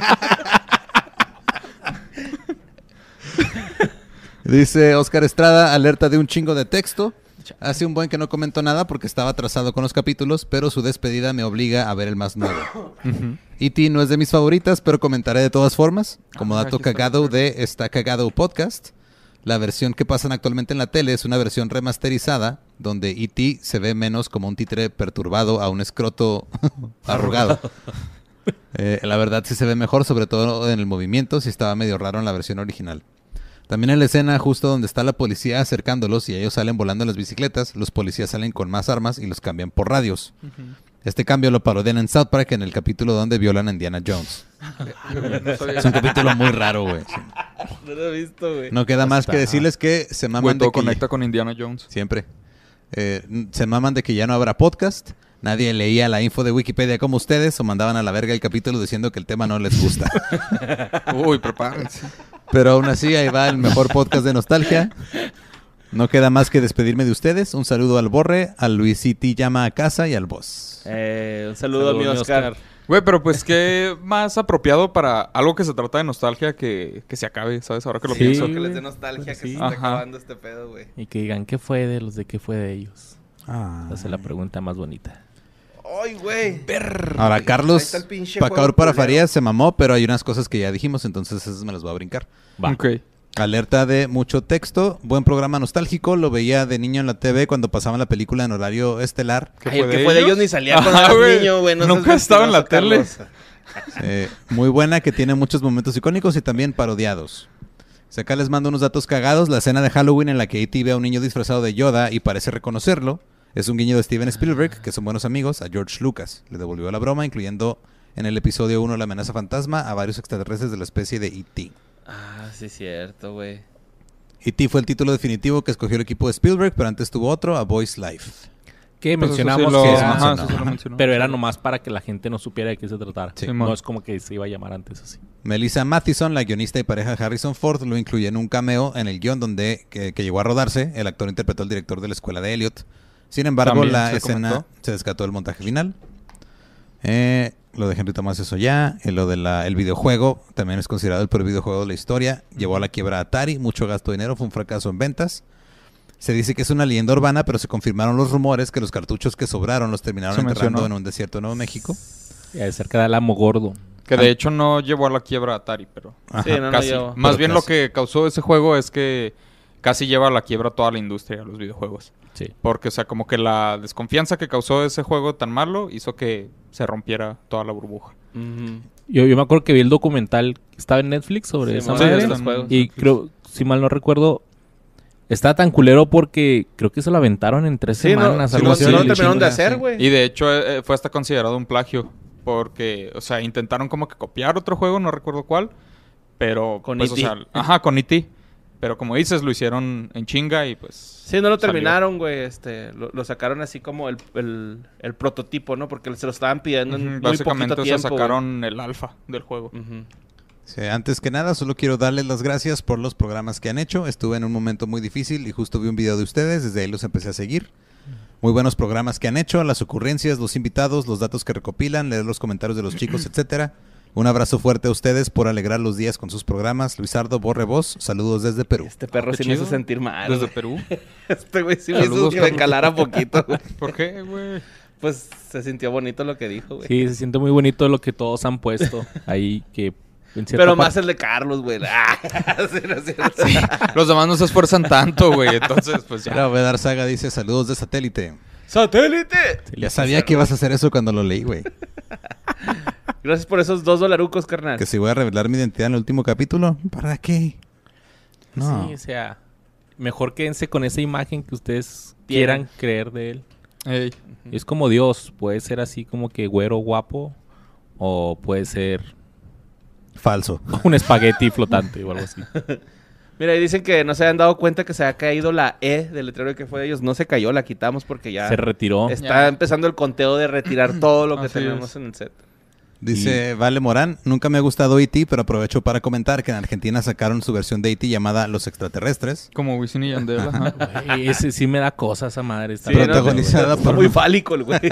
Dice Oscar Estrada, alerta de un chingo de texto. Hace un buen que no comento nada porque estaba atrasado con los capítulos, pero su despedida me obliga a ver el más nuevo. E.T. no es de mis favoritas, pero comentaré de todas formas. Como dato aquí está. cagado de Está Cagado Podcast, la versión que pasan actualmente en la tele es una versión remasterizada, donde E.T. se ve menos como un títere perturbado a un escroto arrugado. La verdad sí se ve mejor, sobre todo en el movimiento, sí estaba medio raro en la versión original. También en la escena justo donde está la policía acercándolos y ellos salen volando en las bicicletas, los policías salen con más armas y los cambian por radios. Este cambio lo parodian en South Park en el capítulo donde violan a Indiana Jones. Es un capítulo muy raro, güey. Sí. No lo he visto, güey. No queda más Está. que decirles que se maman Güey, de todo que... conecta con Indiana Jones. Siempre. Se maman de que ya no habrá podcast. Nadie leía la info de Wikipedia como ustedes o mandaban a la verga el capítulo diciendo que el tema no les gusta. Uy, prepárense. Pero aún así, ahí va el mejor podcast de nostalgia. No queda más que despedirme de ustedes. Un saludo al Borre, al Luisiti Llama a Casa y al Boss. Un saludo a mi Saludos, Oscar. Güey, pero pues qué más apropiado para algo que se trata de nostalgia que se acabe, ¿sabes? Ahora que lo Sí, pienso. Que les güey. dé nostalgia Pues que sí. se está Ajá. acabando este pedo, güey. Y que digan, ¿qué fue de los de qué fue de ellos? Ah. Esa es la pregunta más bonita. ¡Ay, güey! Ahora, Ahí Carlos, está el pinche Pacador juego para culero. Farías se mamó, pero hay unas cosas que ya dijimos, entonces esas me las voy a brincar. Va. Ok. Alerta de mucho texto, buen programa nostálgico, lo veía de niño en la TV cuando pasaban la película en horario estelar. Ay, el que fue de ellos ni salía cuando Ajá, era güey. niño, güey. No Nunca seas estaba en la mentiroso, Carlos. Muy buena, que tiene muchos momentos icónicos y también parodiados. Si acá les mando unos datos cagados, la escena de Halloween en la que E.T. ve a un niño disfrazado de Yoda y parece reconocerlo, es un guiño de Steven Spielberg, que son buenos amigos, a George Lucas. Le devolvió la broma, incluyendo en el episodio 1 La amenaza fantasma a varios extraterrestres de la especie de E.T. Ah, sí, cierto, güey. E.T. fue el título definitivo que escogió el equipo de Spielberg, pero antes tuvo otro, A Boy's Life. Que Pues eso mencionamos sí lo- que sí, era- ajá, mencionó. sí se lo mencionó. pero era nomás para que la gente no supiera de qué se tratara. Sí. No es como que se iba a llamar antes así. Melissa Mathison, la guionista y pareja de Harrison Ford, lo incluyó en un cameo en el guión que llegó a rodarse. El actor interpretó al director de la escuela de Elliot. Sin embargo, También la se escena comentó. se descartó del montaje final. Lo de Henry Thomas, eso ya. Lo del videojuego, también es considerado el peor videojuego de la historia. Llevó a la quiebra a Atari, mucho gasto de dinero, fue un fracaso en ventas. Se dice que es una leyenda urbana, pero se confirmaron los rumores que los cartuchos que sobraron los terminaron Se enterrando mencionó. en un desierto de Nuevo México. Y de cerca del Amo Gordo. Que de hecho no llevó a la quiebra a Atari, pero Ajá. Sí, no, casi. llevó. Más Pero bien casi. lo que causó ese juego es que casi lleva a la quiebra toda la industria de los videojuegos. Sí. Porque, o sea, como que la desconfianza que causó ese juego tan malo hizo que se rompiera toda la burbuja. Ujú. Yo me acuerdo que vi el documental que estaba en Netflix sobre Sí, esa mo- Sí, madre. de los están- juegos. Y creo, si mal no recuerdo, está tan culero porque creo que se lo aventaron en 3 Sí, no, semanas. sí, algo no, así. sí, no lo sí, terminaron de sí, hacer, sí. güey. Y de hecho fue hasta considerado un plagio. Porque, o sea, intentaron como que copiar otro juego, no recuerdo cuál. Pero, Con pues, o E.T.. sea, ajá, con E.T. Pero como dices, lo hicieron en chinga y pues... Sí, no lo salió. terminaron, güey. Lo sacaron así como el prototipo, ¿no? Porque se lo estaban pidiendo en Ujú, muy básicamente, poquito o sea, tiempo, güey. sacaron el alfa del juego. Ujú. Sí, antes que nada, solo quiero darles las gracias por los programas que han hecho. Estuve en un momento muy difícil y justo vi un video de ustedes, desde ahí los empecé a seguir. Muy buenos programas que han hecho, las ocurrencias, los invitados, los datos que recopilan, leer los comentarios de los chicos, etcétera. Un abrazo fuerte a ustedes por alegrar los días con sus programas. Luisardo Borre Voz, saludos desde Perú. Este perro Qué sí me hizo chido. sentir mal, Desde güey. Perú. Este güey sí me hizo Saludos, que me Carlos. calara poquito, güey. ¿Por qué, güey? Pues se sintió bonito lo que dijo, güey. Sí, se siente muy bonito lo que todos han puesto ahí. Que en cierta Pero más parte- el de Carlos, güey. Ah, sí, no es cierto. Los demás no se esfuerzan tanto, güey. Entonces, pues ya. Mira, Vedar Saga dice saludos de satélite. ¡Satélite! Ya sabía que ibas a hacer eso cuando lo leí, güey. Gracias por esos $2, carnal. Que si voy a revelar mi identidad en el último capítulo, ¿para qué? No. Sí, o sea, mejor quédense con esa imagen que ustedes Quieran. quieran creer de él. Ey. Es como Dios, puede ser así como que güero guapo o puede ser Falso. un espagueti flotante o algo así. Mira, y dicen que no se habían dado cuenta que se ha caído la E del letrero que fue de ellos. No se cayó, la quitamos porque ya Se retiró. está Ya. empezando el conteo de retirar todo lo que Así tenemos es. en el set. Dice Vale Morán, nunca me ha gustado E.T., pero aprovecho para comentar que en Argentina sacaron su versión de E.T. llamada Los Extraterrestres. Como Wisin y Yandel, ajá. Güey, ese sí me da cosa esa madre. Está Sí, bien, protagonizada Está por- muy fálico el güey.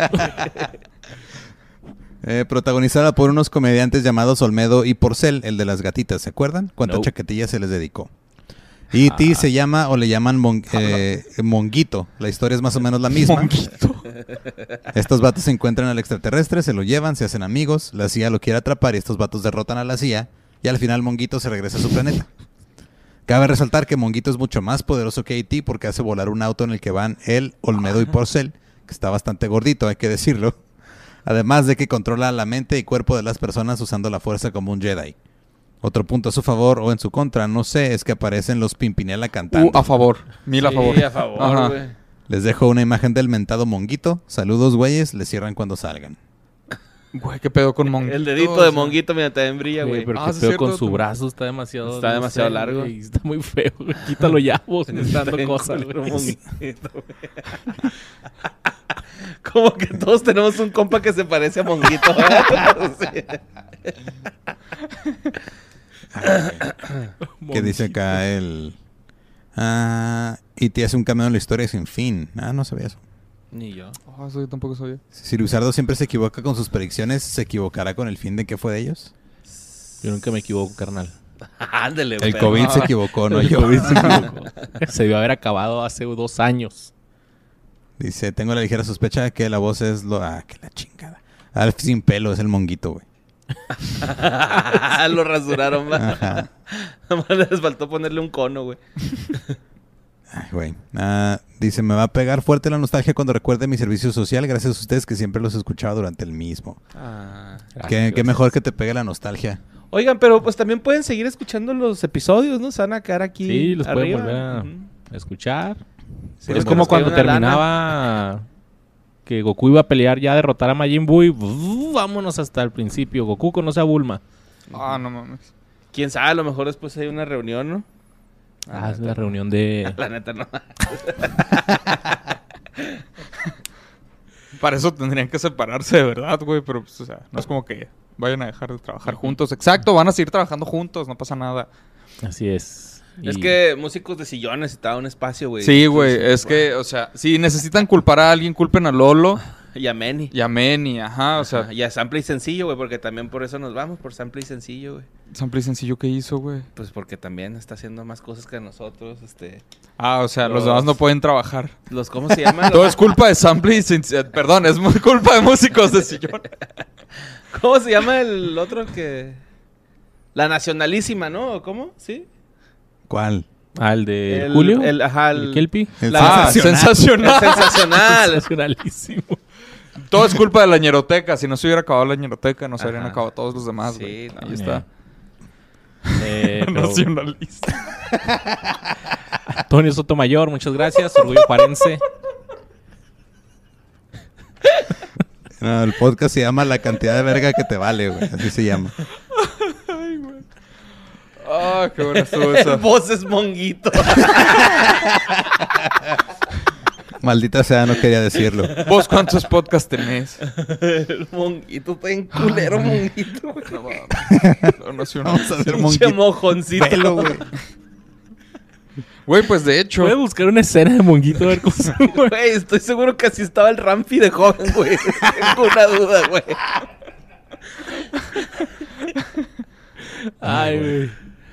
Protagonizada por unos comediantes llamados Olmedo y Porcel, el de las gatitas, ¿se acuerdan? ¿Cuántas No. chaquetillas se les dedicó? E.T. se llama o le llaman Monguito. La historia es más o menos la misma. Estos vatos se encuentran al extraterrestre, se lo llevan, se hacen amigos, la CIA lo quiere atrapar y estos vatos derrotan a la CIA y al final Monguito se regresa a su planeta. Cabe resaltar que Monguito es mucho más poderoso que E.T. porque hace volar un auto en el que van él, Olmedo y Porcel, que está bastante gordito, hay que decirlo. Además de que controla la mente y cuerpo de las personas usando la fuerza como un Jedi. Otro punto a su favor o en su contra, no sé, es que aparecen los Pimpinela cantando. A favor. Mil a favor. Sí, a favor, Ajá. güey. Les dejo una imagen del mentado Monguito. Saludos, güeyes, les cierran cuando salgan. Güey, qué pedo con Monguito. El dedito o sea. de Monguito, mira, también brilla, Güey, güey. pero Ah, qué sí, feo cierto, con su tú. brazo, está demasiado... Está no demasiado sé, largo. güey, está muy feo, güey. Quítalo ya, vos. Me está dando bien cosas, culero, güey. Monguito, güey. Como que todos tenemos un compa que se parece a Monguito. Sí. ¿Qué dice acá el... E.T. hace un cameo en la historia sin fin. Ah, no sabía eso. Ni yo. Oh, eso yo tampoco sabía. Si Luisardo siempre se equivoca con sus predicciones, ¿se equivocará con el fin de qué fue de ellos? Yo nunca me equivoco, carnal. Ándale, El perro. COVID se equivocó, no El yo. COVID se equivocó. Se debió haber acabado hace 2 años. Dice, tengo la ligera sospecha de que la voz es lo... Ah, que la chingada. Alf sin pelo, es el monguito, güey. Lo rasuraron, va. Ajá. Nomás les faltó ponerle un cono, güey. Ay, güey. Dice, me va a pegar fuerte la nostalgia cuando recuerde mi servicio social, gracias a ustedes que siempre los escuchaba durante el mismo. Qué mejor que te pegue la nostalgia. Oigan, pero pues también pueden seguir escuchando los episodios, ¿no? Se van a quedar aquí Sí, los pueden arriba. volver a Ujú. escuchar. Sí, es les como queda cuando una lana. terminaba que Goku iba a pelear ya a derrotar a Majin Buu y vámonos hasta el principio. Goku conoce a Bulma. Ah, no mames. Quién sabe, a lo mejor después hay una reunión, ¿no? Es la reunión de... La neta no. Para eso tendrían que separarse de verdad, güey. Pero, pues, o sea, no es como que vayan a dejar de trabajar juntos. Exacto, van a seguir trabajando juntos, no pasa nada. Así es. Es Y- que músicos de sillón necesitaban un espacio, güey. Sí, güey. Entonces, Es que, o sea, si necesitan culpar a alguien, culpen a Lolo Y a Manny. y a Manny, ajá. O sea, Ajá, y a Sample y Sencillo, güey, porque también por eso nos vamos, por Sample y Sencillo, güey. Sample y Sencillo, ¿qué hizo, güey? Pues porque también está haciendo más cosas que nosotros, Ah, o sea, los Los- demás no pueden trabajar. ¿Cómo se llaman? Todo es culpa de Sample y Sencillo. Perdón, es muy culpa de músicos de sillón. ¿Cómo se llama el otro que...? La Nacionalísima, ¿no? ¿Cómo? ¿Sí? ¿Cuál? ¿El de Julio? Ajá, ¿El Kelpie? El Ah, sensacional. Es sensacional. Sensacionalísimo. Todo es culpa de la ñeroteca. Si no se hubiera acabado la ñeroteca, no se habrían Ajá. acabado todos los demás, Sí, güey. no, Ahí está. Pero- Nacionalista. Antonio Sotomayor, muchas gracias. Orgullo Juarense. No, el podcast se llama La cantidad de verga que te vale, güey. Así se llama. Ah, qué buena estuvo esa. Voces monguito. Maldita sea, no quería decirlo. ¿Vos cuántos podcasts tenés? El monguito está en culero, monguito. güey. No mames. Lo nacional. Vamos a ver, Pinche monguito. mojoncito. Pelo, güey. Güey, pues de hecho. Voy a buscar una escena de Monguito a ver cómo se mueve. Güey, estoy seguro que así estaba el Ramfi de joven, güey. Tengo una duda, güey. Ay, güey.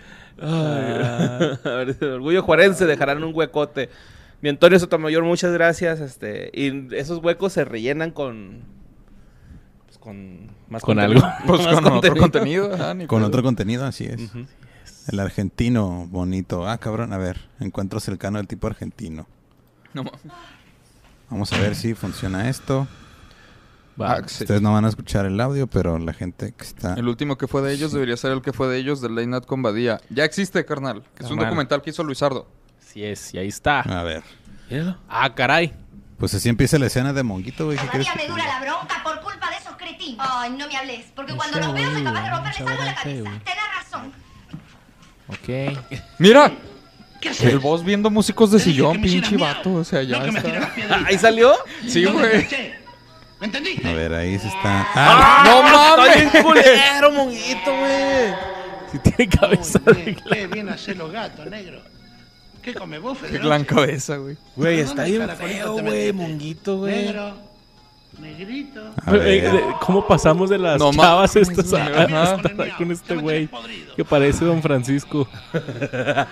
A ver, Orgullo Juarense dejarán un huecote. Mi Antonio Sotomayor, muchas gracias. Y esos huecos se rellenan con... Pues con más Con contenido. algo. Pues Más con otro contenido. Ajá, ni Con pedo. otro contenido, así es. Ujú. El argentino, bonito. Ah, cabrón, a ver. Encuentro cercano del tipo argentino. No mames. Vamos a ver si funciona esto. Va. Ah, sí. Ustedes no van a escuchar el audio, pero la gente que está... El último que fue de ellos debería ser el que fue de ellos de Late Night con Badía. Ya existe, carnal. Es un Carnal. documental que hizo Luisardo. Así es, y ahí está. A ver. Míralo. Ah, caray. Pues así empieza la escena de Monguito, güey. ¿Qué quieres Todavía que me te dura diga? la bronca por culpa de esos cretinos. Ay, no me hables, porque cuando Ese los veo soy güey, capaz de romperles ese algo la güey, cabeza. güey. Tenés razón. Ok. ¡Mira! ¿Qué haces? El voz viendo músicos de Te dije sillón, que me hiciera pinche miedo. vato. O sea, ya No que me tire está. las piedritas. ¿Ahí salió? Sí, ¿Dónde güey. esté? ¿Me entendiste? A ver, ahí se está... ¡Ah! ¡No Está mames! bien culero, monguito, güey. Si tiene cabeza Muy de bien, qué bien hacer los gatos, negro. ¿Qué come buffet? Qué gran cabeza, güey. Güey, ¿Dónde está bien caracolito feo, te güey, metiste? monguito, güey. Negro, negrito. A ver. ¿Cómo pasamos de las No chavas mames, estas güey. a Ajá. estar con este Te güey? mantienes podrido. Que parece Don Francisco. ¿Por qué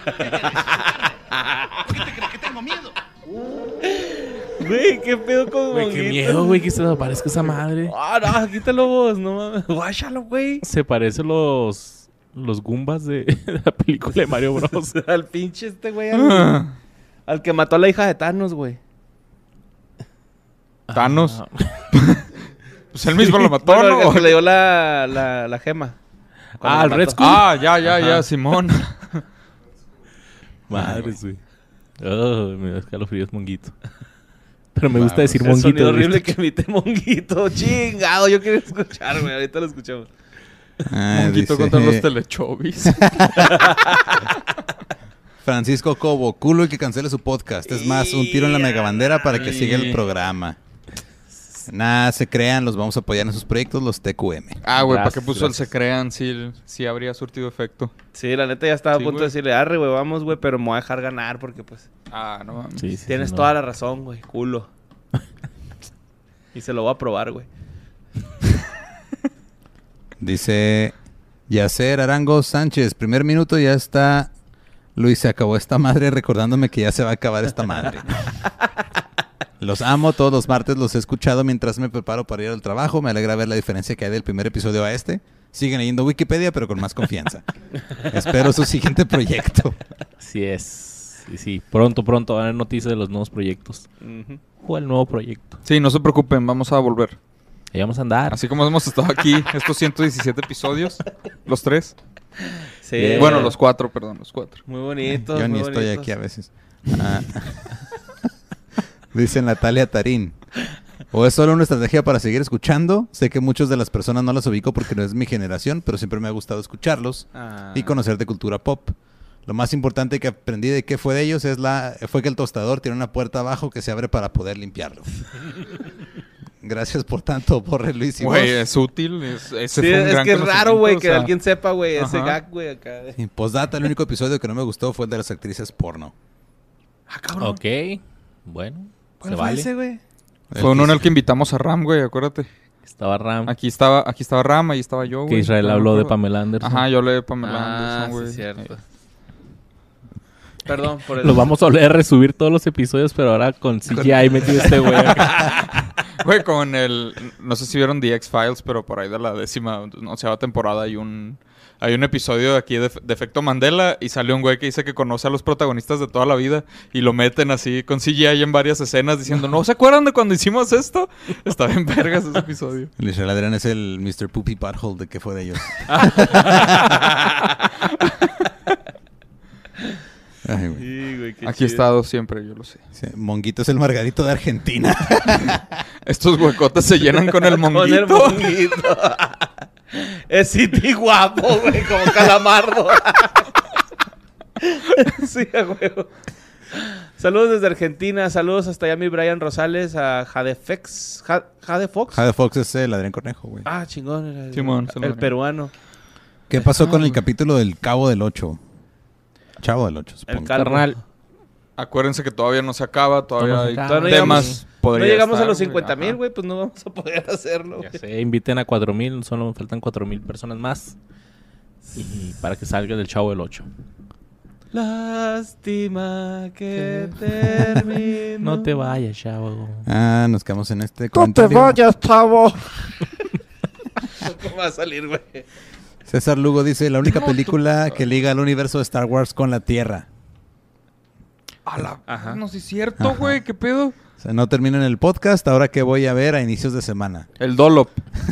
te crees que tengo miedo? Güey, qué pedo con Güey, monguito. qué miedo, güey, que se le parezca esa madre. Ah, no, quítalo vos, no mames. Guáchalo, güey. Se parece los Goombas de la película de Mario Bros. Al pinche güey. Ah. Al que mató a la hija de Thanos, güey. Thanos. Pues él mismo lo mató, Bueno, ¿no? el que le dio la gema. Cuando Ah, la el Red mató. Skull. Ah, ya, Ajá. Simón. Madres, güey. Oh, me da escalofríos Monguito. Pero me gusta Vamos. decir El Monguito. sonido horrible ¿viste? que emite monguito. Chingado, yo quiero escuchar, güey. Ahorita lo escuchamos. Ah, Monguito dice, contra los telechovis. Francisco Cobo, culo y que cancele su podcast. Es más, un tiro en la megabandera para que siga el programa. Nada, se crean, los vamos a apoyar en sus proyectos, los TQM. Ah, güey, ¿para Gracias, qué puso el gracias. se crean si habría surtido efecto? Sí, la neta ya estaba Sí, a punto güey. de decirle, arre, güey, vamos, güey, pero me voy a dejar ganar porque, pues, Ah, no mames. Sí, sí, tienes no. toda la razón, güey, culo. Y se lo voy a probar, güey. Dice Yacer Arango Sánchez. Primer minuto ya está. Luis, se acabó esta madre recordándome que ya se va a acabar esta madre. Los amo, todos los martes los he escuchado mientras me preparo para ir al trabajo. Me alegra ver la diferencia que hay del primer episodio a este. Siguen leyendo Wikipedia, pero con más confianza. Espero su siguiente proyecto. Así es. Sí. Pronto van a haber noticias de los nuevos proyectos. O el nuevo proyecto. Sí, no se preocupen, vamos a volver. Ahí vamos a andar. Así como hemos estado aquí estos 117 episodios, los 3. Sí. Bueno, los 4, perdón, los 4. Muy bonitos, Yo muy ni estoy bonitos. aquí a veces. Ah. Dice Natalia Tarín. ¿O es solo una estrategia para seguir escuchando? Sé que muchas de las personas no las ubico porque no es mi generación, pero siempre me ha gustado escucharlos y conocer de cultura pop. Lo más importante que aprendí de qué fue de ellos fue que el tostador tiene una puerta abajo que se abre para poder limpiarlo. Gracias por tanto, Borre Luis y vos. Güey, es útil. Ese Sí, fue un es gran que es raro, güey, conocimiento, que o sea, alguien sepa, güey, ese Ajá. gag, güey, acá. Y postdata, el único episodio que no me gustó fue el de las actrices porno. Ah, cabrón. Ok. Bueno, ¿Cuál se fue vale. ese, güey? Fue uno en el que invitamos a Ram, güey, acuérdate. Estaba Ram. Aquí estaba Ram, ahí estaba yo, güey. Que Israel No me habló de acuerdo. Pamela Anderson. Ajá, yo hablé de Pamela Ah, Anderson, güey. sí, cierto. Perdón por el... Los vamos a volver a resubir todos los episodios, pero ahora con CGI metido este güey. Güey, con el... No sé si vieron The X-Files, pero por ahí de la 11ª temporada hay un episodio aquí de Efecto Mandela y sale un güey que dice que conoce a los protagonistas de toda la vida y lo meten así con CGI en varias escenas diciendo, ¿no se acuerdan de cuando hicimos esto? Está bien vergas ese episodio. El Israel Adrián es el Mr. Poopy Butthole de qué fue de ellos. Ay, güey. Sí, güey, qué Aquí he chido. estado siempre, yo lo sé. Sí, Monguito es el Margarito de Argentina. Estos huecotes se llenan con el monguito. Con el monguito. Es City guapo, güey, como calamardo. Sí, a huevo. Saludos desde Argentina, saludos hasta allá mi Brian Rosales, a Jadefox. ¿Jadefox? Jade Fox es el Adrián Cornejo, güey. Ah, chingón. Era Simón, el saludos. peruano. ¿Qué pasó con el capítulo del Cabo del 8? Chavo del 8, El supongo. calvo. Carnal. Acuérdense que todavía no se acaba, todavía No se hay acaba. Todavía no temas. llegamos- No podría llegamos estar, a los güey, 50,000, ajá. güey, pues no vamos a poder hacerlo. Ya güey. sé, inviten a 4,000, solo me faltan 4,000 personas más. Y para que salga del Chavo del 8. Lástima que terminó. No te vayas, chavo. Ah, nos quedamos en este comentario. chavo. ¿Cómo va a salir, güey? César Lugo dice, la única película que liga al universo de Star Wars con la Tierra. Ajá. No, sí es cierto, güey, ¿qué pedo? O sea, no termina en el podcast, ahora que voy a ver a inicios de semana. El Dolop.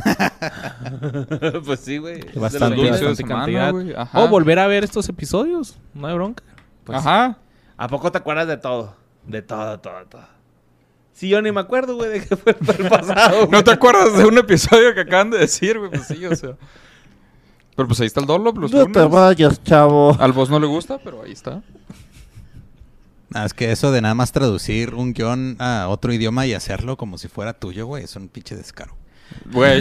Pues sí, güey. Bastante, De los inicio de dulces. semana, cantidad. güey, ajá. O volver a ver estos episodios. No hay bronca. Pues, Ajá. ¿A poco te acuerdas de todo? De todo. Sí, yo ni me acuerdo, güey, de qué fue el pasado. ¿No te acuerdas de un episodio que acaban de decir, güey? Pues sí, o sea. Pero pues ahí está el Dolop, los No te lunes. vayas, chavo. Al boss no le gusta, pero ahí está. Ah, es que eso de nada más traducir un guión a otro idioma y hacerlo como si fuera tuyo, güey, es un pinche descaro. Güey.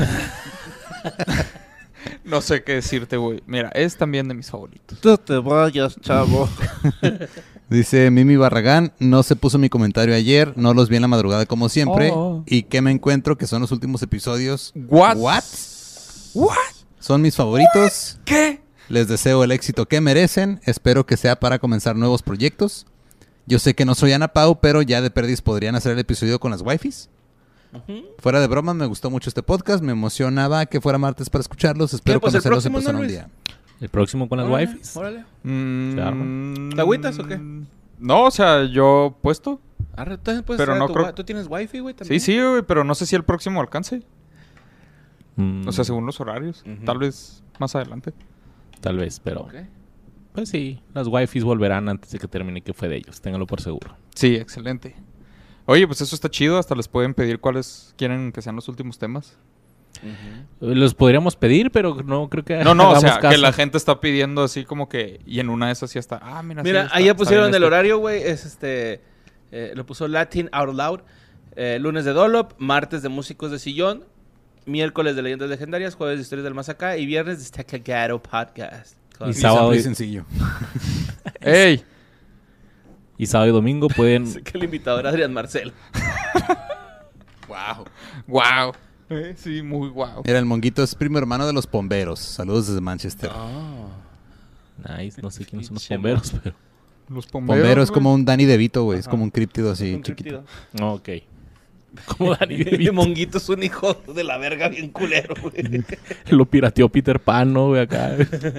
No sé qué decirte, güey. Mira, es también de mis favoritos. No te vayas, chavo. Dice Mimi Barragán, no se puso mi comentario ayer, no los vi en la madrugada como siempre. Oh. ¿Y qué me encuentro? Que son los últimos episodios. What? What? Son mis favoritos. ¿Qué? Les deseo el éxito que merecen. Espero que sea para comenzar nuevos proyectos. Yo sé que no soy Ana Pau, pero ya de perdis podrían hacer el episodio con las wifis. Fuera de broma, me gustó mucho este podcast. Me emocionaba que fuera martes para escucharlos. Espero Pues el conocerlos en próximo, ¿no, persona un Luis? día. El próximo con las Órale, wifis. Órale. ¿Se arma? ¿Te agüitas o qué? No, o sea, yo puesto. Arre, entonces puedes Pero traer no a tu creo- wi- ¿Tú tienes wifi, güey, Sí, también? sí, güey, pero no sé si el próximo alcance. Mm, O sea, según los horarios. Ujú. Tal vez más adelante. Tal vez, pero... Ok. Pues sí, las wifis volverán antes de que termine que fue de ellos. Ténganlo por seguro. Sí, excelente. Oye, pues eso está chido. Hasta les pueden pedir cuáles quieren que sean los últimos temas. Los podríamos pedir, pero no creo que No, o hagamos sea, que caso. la gente está pidiendo así como que... Y en una de esas sí está... Ah, mira, sí, Mira, está- ahí ya está pusieron bien el este. horario, güey. Es lo puso Latin Out Loud. Lunes de Dolop, martes de Músicos de Sillón, miércoles de Leyendas Legendarias, jueves de Historias del Más Acá y viernes de Staccato Podcast. Y Y sábado simple y y- sencillo. ¡Ey! Y sábado y domingo pueden... Sé que el invitado era Adrián Marcel. Wow. Wow. Wow. Sí, muy wow. Mira, el Monguito es primo hermano de los Pomberos. Saludos desde Manchester. Nice, no sé quiénes son los bomberos, pero... Los Pombero es güey. como un Danny DeVito, güey. Es Ajá. como un críptido así, Un chiquito. criptido. Ok. Como Dani Y DeVito. Monguito es un hijo de la verga bien culero, güey. Lo pirateó Peter Pan, ¿no, güey? Acá.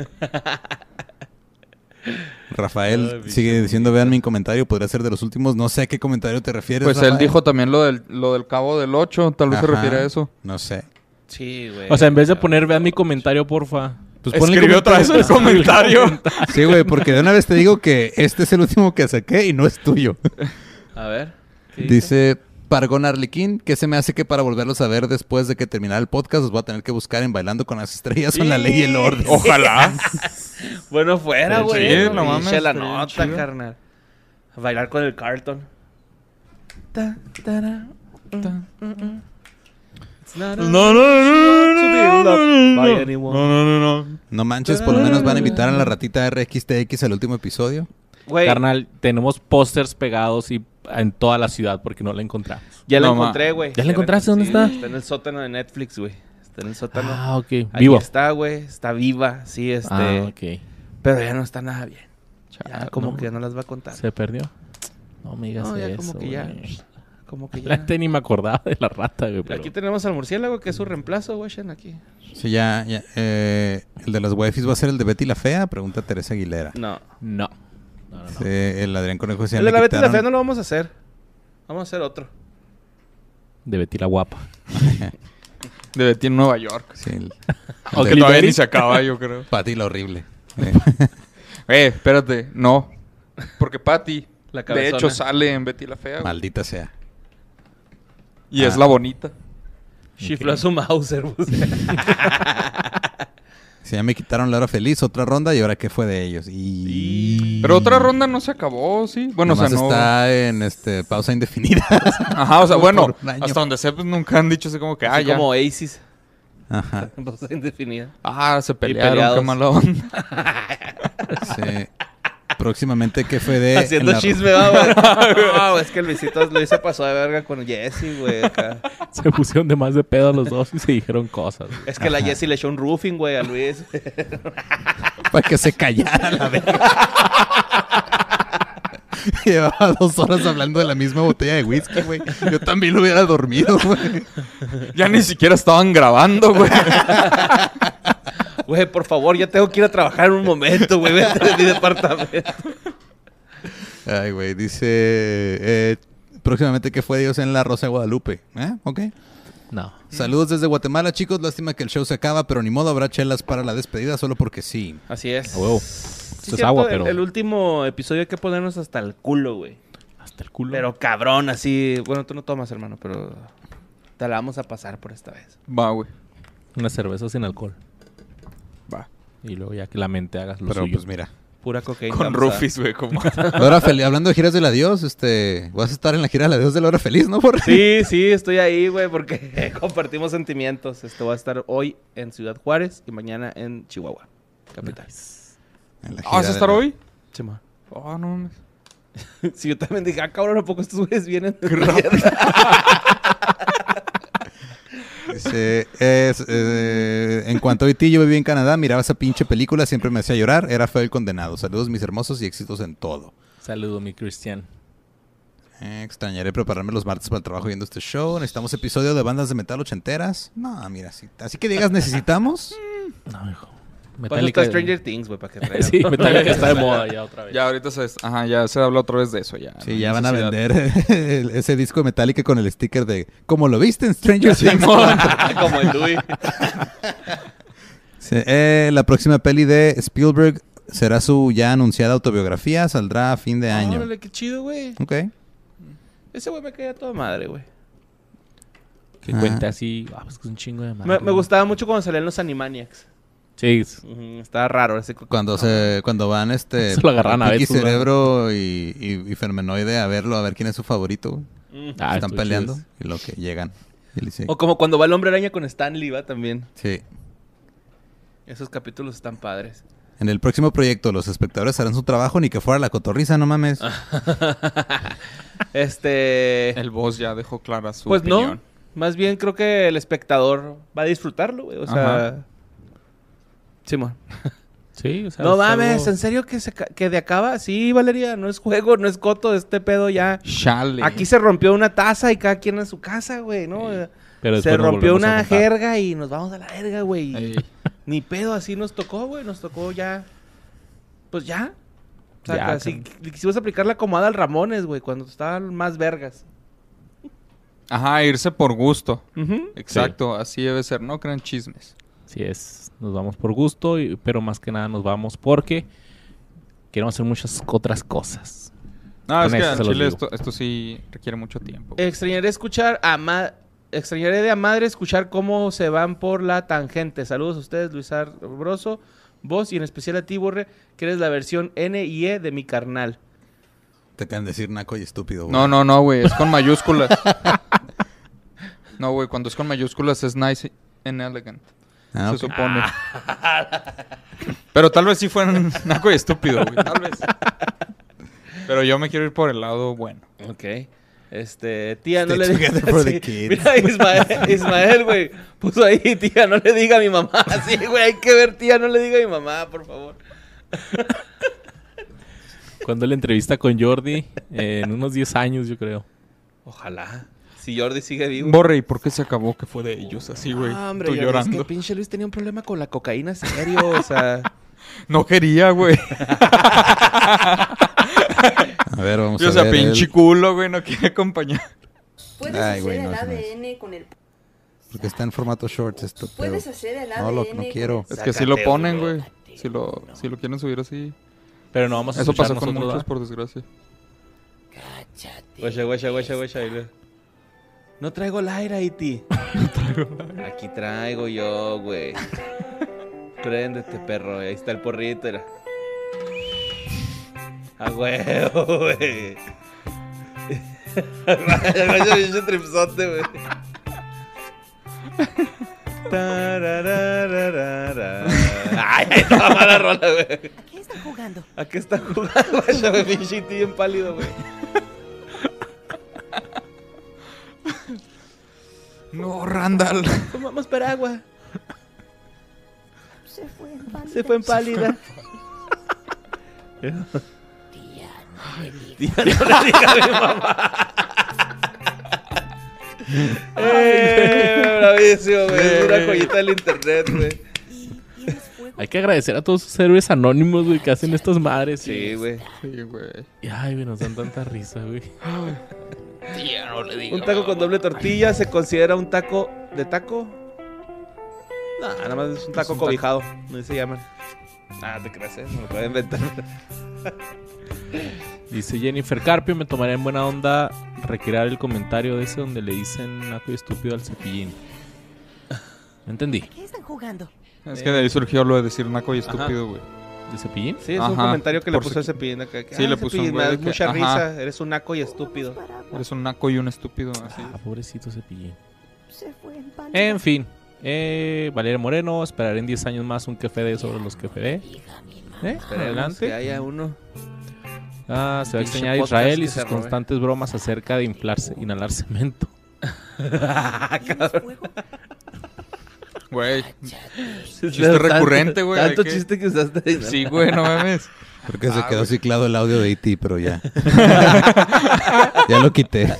Rafael sigue diciendo, vean mi comentario, podría ser de los últimos. No sé a qué comentario te refieres, Pues Rafael. él dijo también lo del Cabo del 8. Tal vez se Ajá. refiere a eso. No sé. Sí, güey. O sea, en vez de poner, vean mi comentario, porfa. Pues ponle Escribió otra vez el comentario. Sí, güey, porque de una vez te digo que este es el último que saqué y no es tuyo. A ver. ¿qué Dice Pargón Arlequín, que se me hace que para volverlos a ver después de que terminara el podcast los voy a tener que buscar en Bailando con las Estrellas o en La Ley y el Orden. Ojalá. Bueno, fuera, Sí, güey. no mames, Pinche la estaría bien nota, chido. carnal. A bailar con el Carlton. Ta, tara, It's not a- By anyone. No manches, por lo menos van a invitar a la ratita RXTX al último episodio. Güey, Carnal, tenemos pósters pegados y en toda la ciudad porque no la encontramos. ya la No, encontré, güey. ¿Ya la encontraste? ¿Dónde Sí, está? Está en el sótano de Netflix, güey. Está en el sótano. Ah, ok. Ahí Vivo. está, güey. Está viva, sí, Ah, ok. Pero ya no está nada bien. Ya Chale, como no. que ya no las va a contar. ¿Se perdió? No me digas No, ya eso, como que ya. güey. Como que La ya. neta ni me acordaba de la rata, güey. Pero... Aquí tenemos al murciélago, que es su reemplazo, güey, Shen, aquí. Sí, ya. El de las wifis va a ser el de Betty la Fea, pregunta Teresa Aguilera. No. No. No. Sí, el Adrián Conejo decía, El de le la Betty la quitaron- Fea no lo vamos a hacer. Vamos a hacer otro. De Betty la guapa. De Betty en Nueva York. Sí, el Aunque de todavía Berry. ni se acaba, yo creo. Patty la horrible. Espérate. No. Porque Patty, La de cabezona. hecho, sale en Betty la Fea. güey. Maldita sea. Y es la bonita. Chifló a su Mauser, pues. Si ya me quitaron la hora feliz, otra ronda, y ahora qué fue de ellos. Y... Pero otra ronda no se acabó, ¿sí? Bueno, o sea, Nomás no... está en pausa indefinida. Ajá, o sea, como bueno, por un año. hasta donde sé, pues nunca han dicho así como que, Así ya. como Oasis. Ajá. Pausa indefinida. Se pelearon, peleados. qué mala onda. Sí. Próximamente, ¿qué fue de...? Haciendo en la- chisme, va, güey. No, es que Luis se pasó de verga con Jessie, güey. acá. Se pusieron de más de pedo los dos y se dijeron cosas. güey. Es que la Jessie le echó un roofing, güey, a Luis. Para que se callara la verga. Llevaba 2 horas hablando de la misma botella de whisky, güey. Yo también lo hubiera dormido, güey. Ya ni siquiera estaban grabando, güey. Güey, por favor, ya tengo que ir a trabajar en un momento, güey. Vete de mi departamento. Ay, güey, dice... próximamente, ¿qué fue de ellos en La Rosa de Guadalupe? Ok. No. Saludos desde Guatemala, chicos. Lástima que el show se acaba, pero ni modo, habrá chelas para la despedida solo porque sí. Así es. A huevo. Sí, Esto es cierto, agua, pero... El último episodio hay que ponernos hasta el culo, güey. Hasta el culo. Pero cabrón, así... Bueno, tú no tomas, hermano, pero... Te la vamos a pasar por esta vez. Va, güey. Una cerveza sin alcohol. Va. Y luego ya que la mente haga lo Pero suyo. pues mira. Pura cocaína. Con vamos a- Rufis, güey, como... Ahora, hablando de giras del adiós, vas a estar en la gira del adiós de la hora feliz, ¿no? Por... Sí, sí, estoy ahí, güey, porque compartimos sentimientos. Va a estar hoy en Ciudad Juárez y mañana en Chihuahua, capital. En la gira ¿Vas a de estar la- hoy? Chema. Oh, no mames. Sí, yo también dije, cabrón, ¿a poco estos güeyes vienen? Dice, en cuanto a ti yo viví en Canadá, miraba esa pinche película, siempre me hacía llorar, era feo el condenado. Saludos mis hermosos y éxitos en todo. Saludo, mi Cristian. Extrañaré prepararme los martes para el trabajo viendo este show. Necesitamos episodio de bandas de metal ochenteras. No, mira, así que digas necesitamos. No, hijo. Pues está Stranger Things, güey, para que traigan. Sí, Metallica está de moda ya otra vez. Ya ahorita ya se habla otra vez de eso, ya. Sí, no ya hay van a necesidad. vender ese disco de Metallica con el sticker de como lo viste en Stranger Things. Como el Dewey. Sí, la próxima peli de Spielberg será su ya anunciada autobiografía, saldrá a fin de año. Órale, qué chido, güey. Ok. Ese güey me caía toda madre, güey. Que cuente así. Pues que es un chingo de madre. Me gustaba mucho cuando salían los Animaniacs. Sí. Estaba raro. Ese Cuando van Se lo agarran a Pinky besos, ¿verdad? Cerebro y Fermenoide a verlo, a ver quién es su favorito. Ah, Están estuvo peleando chido. y lo que llegan. Y le dice, O como cuando va el Hombre Araña con Stanley, va también. sí. Esos capítulos están padres. En el próximo proyecto los espectadores harán su trabajo ni que fuera la cotorriza, no mames. El El boss ya dejó clara su Pues opinión. Más bien creo que el espectador va a disfrutarlo, güey. O sea... Ajá. Simón. Sí, o sea, No es mames, algo- ¿en serio que de acaba? Sí, Valeria, no es juego, no es coto, este pedo ya. Chale. Aquí se rompió una taza y cada quien en su casa, güey, ¿no? Sí. Pero Se después nos rompió volvemos a una juntar. jerga y nos vamos a la verga, güey. Ey. Ni pedo, así nos tocó, güey. Nos tocó ya. Pues ya. O sea, Ya, casi quisimos aplicar la acomada al Ramones, güey, cuando estaban más vergas. Ajá, irse por gusto. Ujú. Exacto, así debe ser. No crean chismes. Así es, nos vamos por gusto, pero más que nada nos vamos porque queremos hacer muchas otras cosas. No, es Con que eso al se los chile digo. esto sí requiere mucho tiempo. Extrañaré de a madre escuchar cómo se van por la tangente. Saludos a ustedes, Luis Arbroso, vos y en especial a ti, Borre, que eres la versión N y E de mi carnal. Te acaban de decir naco y estúpido, güey. No, güey, es con mayúsculas. No, güey, cuando es con mayúsculas es nice and elegant. Ah, Se ok. supone. Pero tal vez sí fueran naco y estúpido, güey. Tal vez. Pero yo me quiero ir por el lado bueno. Ok. Tía, no Stay le digas together for the así. kids. Mira, Ismael, güey, puso ahí, tía, no le diga a mi mamá. Sí, güey, hay que ver, tía, no le diga a mi mamá, por favor. Cuando la entrevista con Jordi, en unos 10 años, yo creo. Ojalá. Si Jordi sigue vivo. Borre, ¿y por qué se acabó que fue de ellos así, güey? Ah, hombre, Tú Jordi, llorando. es que pinche Luis tenía un problema con la cocaína serio, o sea... No quería, güey. A ver, vamos O a sea, ver. pinche culo, güey, no quiere acompañar. Puedes Ay, hacer güey, el no, eso no es. ADN con el... Porque está en formato shorts esto. Pero... Puedes hacer el ADN No, no con quiero. el- Es que así lo Sácate, ponen, bro. güey. Si lo quieren subir así. Pero no vamos a Eso escuchar pasó con nosotros, muchos, ¿verdad? por desgracia. Guacha. No traigo el aire, Iti. Aquí traigo yo, güey. Préndete, perro. Ahí está el porrito. Era. A huevo, güey. Vaya bicho tripsote, güey. Tararararara. Ay, toda mala rola, güey. ¿A qué están jugando? ¿A qué está jugando? Vaya, güey, pinche Iti bien pálido, güey. No, Randall. Tomamos para agua. Se fue en pálida. Se fue en pálida. Tía, no le diga a mi mamá. Bravísimo, güey. Es una joyita del internet, güey. ¿Tienes fuego? Hay que agradecer a todos esos héroes anónimos, güey, que hacen estas madres. Sí, güey. Sí, güey. Y ay, güey, nos dan tanta risa, güey. Un taco con doble tortilla se considera un taco de taco. No, nada más es un taco un taco. cobijado. No se llaman. Ah, te crees, no lo puedo inventar. Dice Jennifer Carpio, me tomaré en buena onda retirar el comentario de ese donde le dicen naco y estúpido al Cepillín. No entendí. ¿A qué están jugando? Es que de ahí surgió lo de decir naco y estúpido, güey. ¿De Cepillín? Sí, es un Ajá, comentario que le por puso si- ese Cepillín acá. Sí, le puso un Cepillín, me güey das de que- mucha ajá. risa. Eres un naco y estúpido. Eres un naco y un estúpido, así. Ah, pobrecito Cepillín. Se fue en pálida. En fin. Valeria Moreno, esperaré en 10 años más un KFD sobre los KFD. Esperemos Adelante. que haya uno. Se va a Pinche extrañar a podcast Israel y que sus se robe. constantes bromas acerca de inhalar cemento. ¿Tienes fuego? Güey. Chiste recurrente, güey, Tanto hay que- chiste que usaste. Sí, güey, no mames. Creo que se quedó güey. ciclado el audio de E.T., pero ya. Ya lo quité.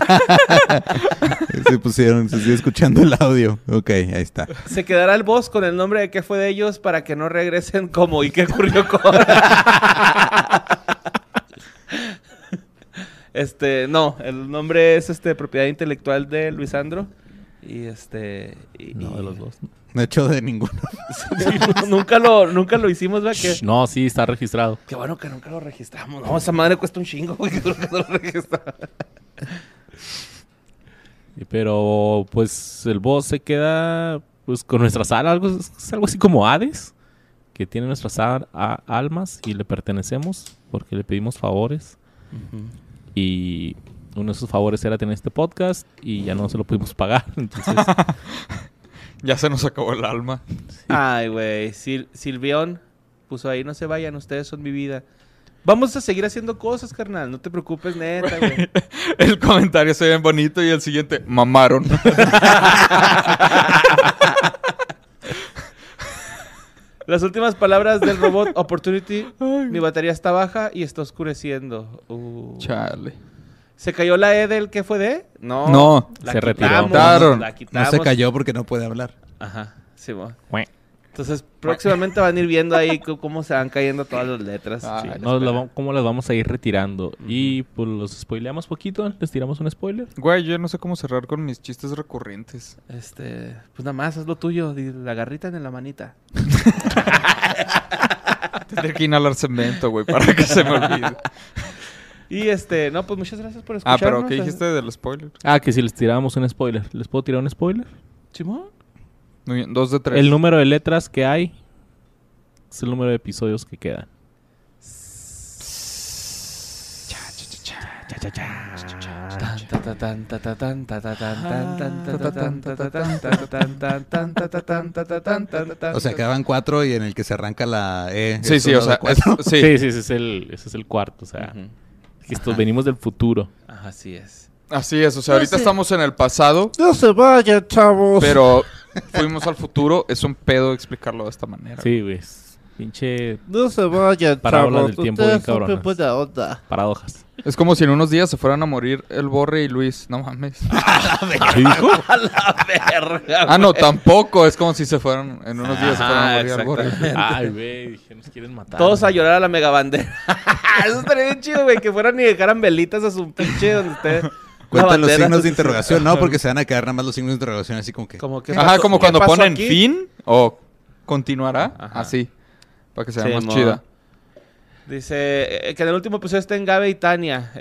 Se sigue escuchando el audio. Ok, ahí está. Se quedará el boss con el nombre de qué fue de ellos para que no regresen como y qué ocurrió con... No, el nombre es propiedad intelectual de Luisandro. Y No, de los dos. De hecho, de ninguno. nunca lo hicimos, ¿verdad? Shh, no, sí, está registrado. Qué bueno que nunca lo registramos. No, esa madre cuesta un chingo, güey, que nunca lo registramos. Pero pues el boss se queda pues con nuestra sala, es algo así como Hades, que tiene nuestras almas y le pertenecemos porque le pedimos favores. Y uno de esos favores era tener este podcast y ya no se lo pudimos pagar. Entonces, Ya se nos acabó el alma. Ay, güey. Silvión puso ahí, no se vayan, ustedes son mi vida. Vamos a seguir haciendo cosas, carnal. No te preocupes, neta, güey. El comentario se ve bien bonito y el siguiente, mamaron. Las últimas palabras del robot Opportunity. Mi batería está baja y está oscureciendo. Chale. ¿Se cayó la E del que fue de? No. No, La se retiró. Quitaron. La No quitamos. se cayó porque no puede hablar. Ajá, sí, mo. Güey. Entonces, próximamente van a ir viendo ahí cómo se van cayendo todas las letras. Ah, Sí, la cómo las vamos a ir retirando. Y pues los spoileamos poquito. Les tiramos un spoiler. Güey, yo no sé cómo cerrar con mis chistes recurrentes. Pues nada más, haz lo tuyo. La garrita en la manita. Tendré que inhalar cemento, güey, para que se me olvide. Y no, pues muchas gracias por escucharnos. Pero ¿qué dijiste del spoiler? Ah, que si les tirábamos un spoiler. ¿Les puedo tirar un spoiler? Simón. Muy bien, 2 de 3. El número de letras que hay es el número de episodios que quedan. O sea, quedaban 4 y en el que se arranca la E. Sí, es sí, uno o sea, de 4. sí. Sí, ese es el cuarto. O sea, Ujú. que estos venimos del futuro. Ajá, así es. Así es, o sea, ahorita estamos en el pasado, No se vayan, chavos. pero fuimos al futuro. Es un pedo explicarlo de esta manera. Sí, güey. Pinche No se vayan, Parábolas chavos. del tiempo Ustedes bien son cabronas. buena onda. paradojas. Es como si en unos días se fueran a morir el Borre y Luis. No mames. ¿Qué dijo? A la verga. Ah, no, tampoco. Es como si se fueran, en unos días se fueran a morir el Borre. exactamente. Ay, güey, dije, nos quieren matar. Todos a llorar a la megabandera. Eso estaría bien chido, güey. Que fueran y dejaran velitas a su pinche donde esté. Cuentan los bandera, signos de así, interrogación, ¿no? Porque se van a quedar nada más los signos de interrogación así como que... Como que Ajá, como ¿qué cuando pasó ponen aquí? fin o continuará. Ajá. Así. Para que sea Sí, más mo. chida. Dice que en el último episodio estén Gabe y Tania.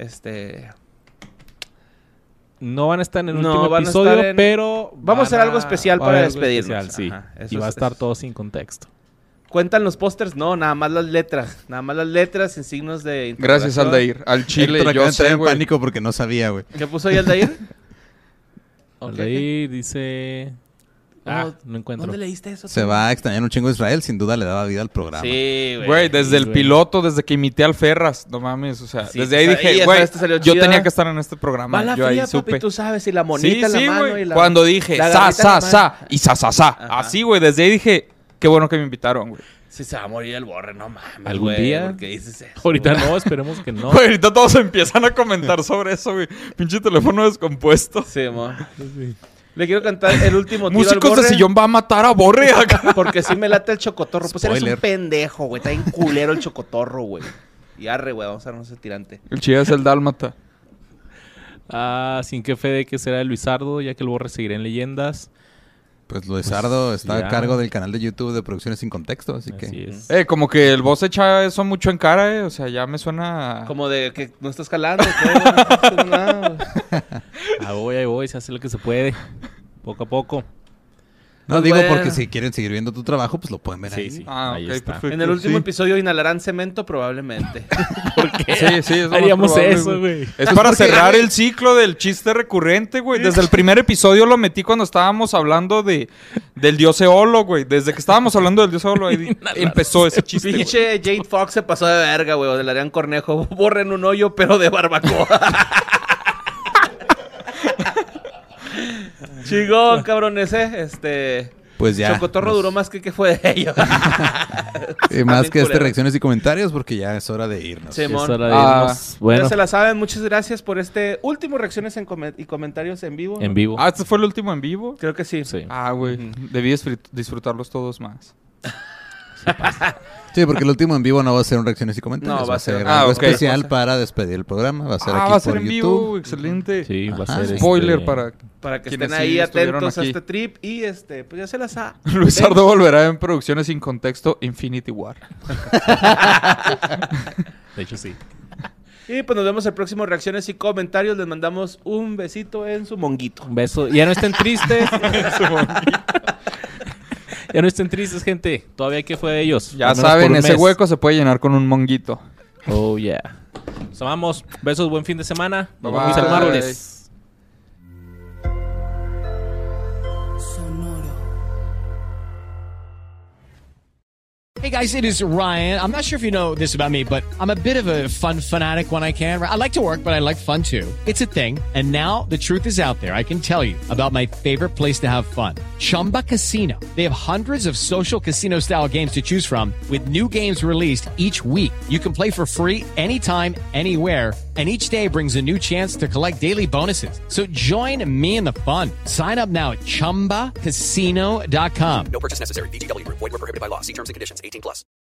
No van a estar en el No, último van a episodio, estar en- Vamos pero... a van hacer algo especial va a para haber algo despedirnos. especial, sí. Ajá, eso Y va a es- estar eso- todo sin contexto. ¿Cuentan los pósters? No, nada más las letras. Nada más las letras en signos de interrogación. Gracias, Aldair. Al Chile, Héctor acaba yo de entrar sé, en güey. pánico porque no sabía, güey. ¿Qué puso ahí Aldair? Ok. Ahí dice... No, no encuentro. ¿Dónde leíste eso? Se tú? va a extrañar un chingo de Israel. Sin duda le daba vida al programa. Sí, güey. Güey, desde el güey. piloto, desde que imité al Ferras. No mames, o sea, Sí, desde ahí o sea, y dije, esa güey, vez te salió yo chida. tenía que estar en este programa. Bala Yo fría, ahí supe. papi, tú sabes. Y la monita en la mano. güey. Y la... Cuando dije, la sa, garrita en la sa, sa, mano. y sa, sa, sa. Ajá. Así, güey, desde ahí dije, qué bueno que me invitaron, güey. Sí, se va a morir el Borre, no mames. ¿Algún güey, día? ¿por qué dices eso? Ahorita no, esperemos que no. Güey, ahorita todos empiezan a comentar sobre eso, güey. Pinche teléfono descompuesto. Sí, mo. Le quiero cantar el último tiro Músicos al de Borre, sillón va a matar a Borre acá. porque sí me late el chocotorro. Pues eres un Spoiler. pendejo, güey. Está bien culero el chocotorro, güey. Y arre, güey. Vamos a darnos ese tirante. El chida es el dálmata. Sin que fe de que será Luisardo, ya que el Borre seguirá en leyendas. Pues Luisardo está ya. a cargo del canal de YouTube de Producciones Sin Contexto, así que... Así es. Como que el boss echa eso mucho en cara, O sea, ya me suena... Como de que no estás jalando, ¿qué? No estás haciendo nada, güey. Ahí voy, se hace lo que se puede. Poco a poco. No, Pues digo bueno. porque si quieren seguir viendo tu trabajo, pues lo pueden ver Sí, ahí. sí. Ah, ahí ok, está. perfecto. En el último Sí. episodio inhalarán cemento, probablemente. Sí, sí, es lo más Haríamos probable, eso, güey. Es para cerrar el ciclo del chiste recurrente, güey. Desde el primer episodio lo metí cuando estábamos hablando del dios Eolo, güey. Desde que estábamos hablando del dios Eolo, ahí empezó ese chiste, güey. Pinche Jade Fox se pasó de verga, güey. O del Arián Cornejo. Borren un hoyo, pero de barbacoa. Chingón, cabrones, Pues ya. Chocotorro nos- duró más que fue de ellos. más que culero. reacciones y comentarios, porque ya es hora de irnos. Sí, Es mon. hora de Ah, irnos. Bueno, Ya se la saben. Muchas gracias por este último reacciones y comentarios en vivo. en vivo. Ah, ¿este fue el último en vivo? Creo que sí. Sí. Ah, güey. Debí disfrutarlos todos más. Sí, porque el último en vivo no va a ser un reacciones y comentarios. No, va a ser Ah, algo ok. especial para despedir el programa. Va a ser aquí va a por ser en YouTube. vivo, excelente. Sí, va a Ajá. ser Spoiler este, para que quienes estén sí ahí estuvieron atentos a aquí. este trip. Y pues ya se las ha. Luisardo volverá en Producciones Sin Contexto Infinity War. De hecho, sí. Y pues nos vemos el próximo reacciones y comentarios. Les mandamos un besito en su monguito. Un beso. Ya no estén tristes. Ya no estén tristes, gente. Todavía que fue de ellos. Ya Al menos saben, por un ese mes. hueco se puede llenar con un monguito. Oh, yeah. Los amamos. Besos, buen fin de semana. Nos Bye. vemos el martes. Hey guys, it is Ryan. I'm not sure if you know this about me, but I'm a bit of a fun fanatic when I can. I like to work, but I like fun too. It's a thing. And now the truth is out there. I can tell you about my favorite place to have fun. Chumba Casino. They have hundreds of social casino style games to choose from with new games released each week. You can play for free anytime, anywhere. And each day brings a new chance to collect daily bonuses. So join me in the fun. Sign up now at ChumbaCasino.com. No purchase necessary. VGW Group. Void where prohibited by law. See terms and conditions. 18+.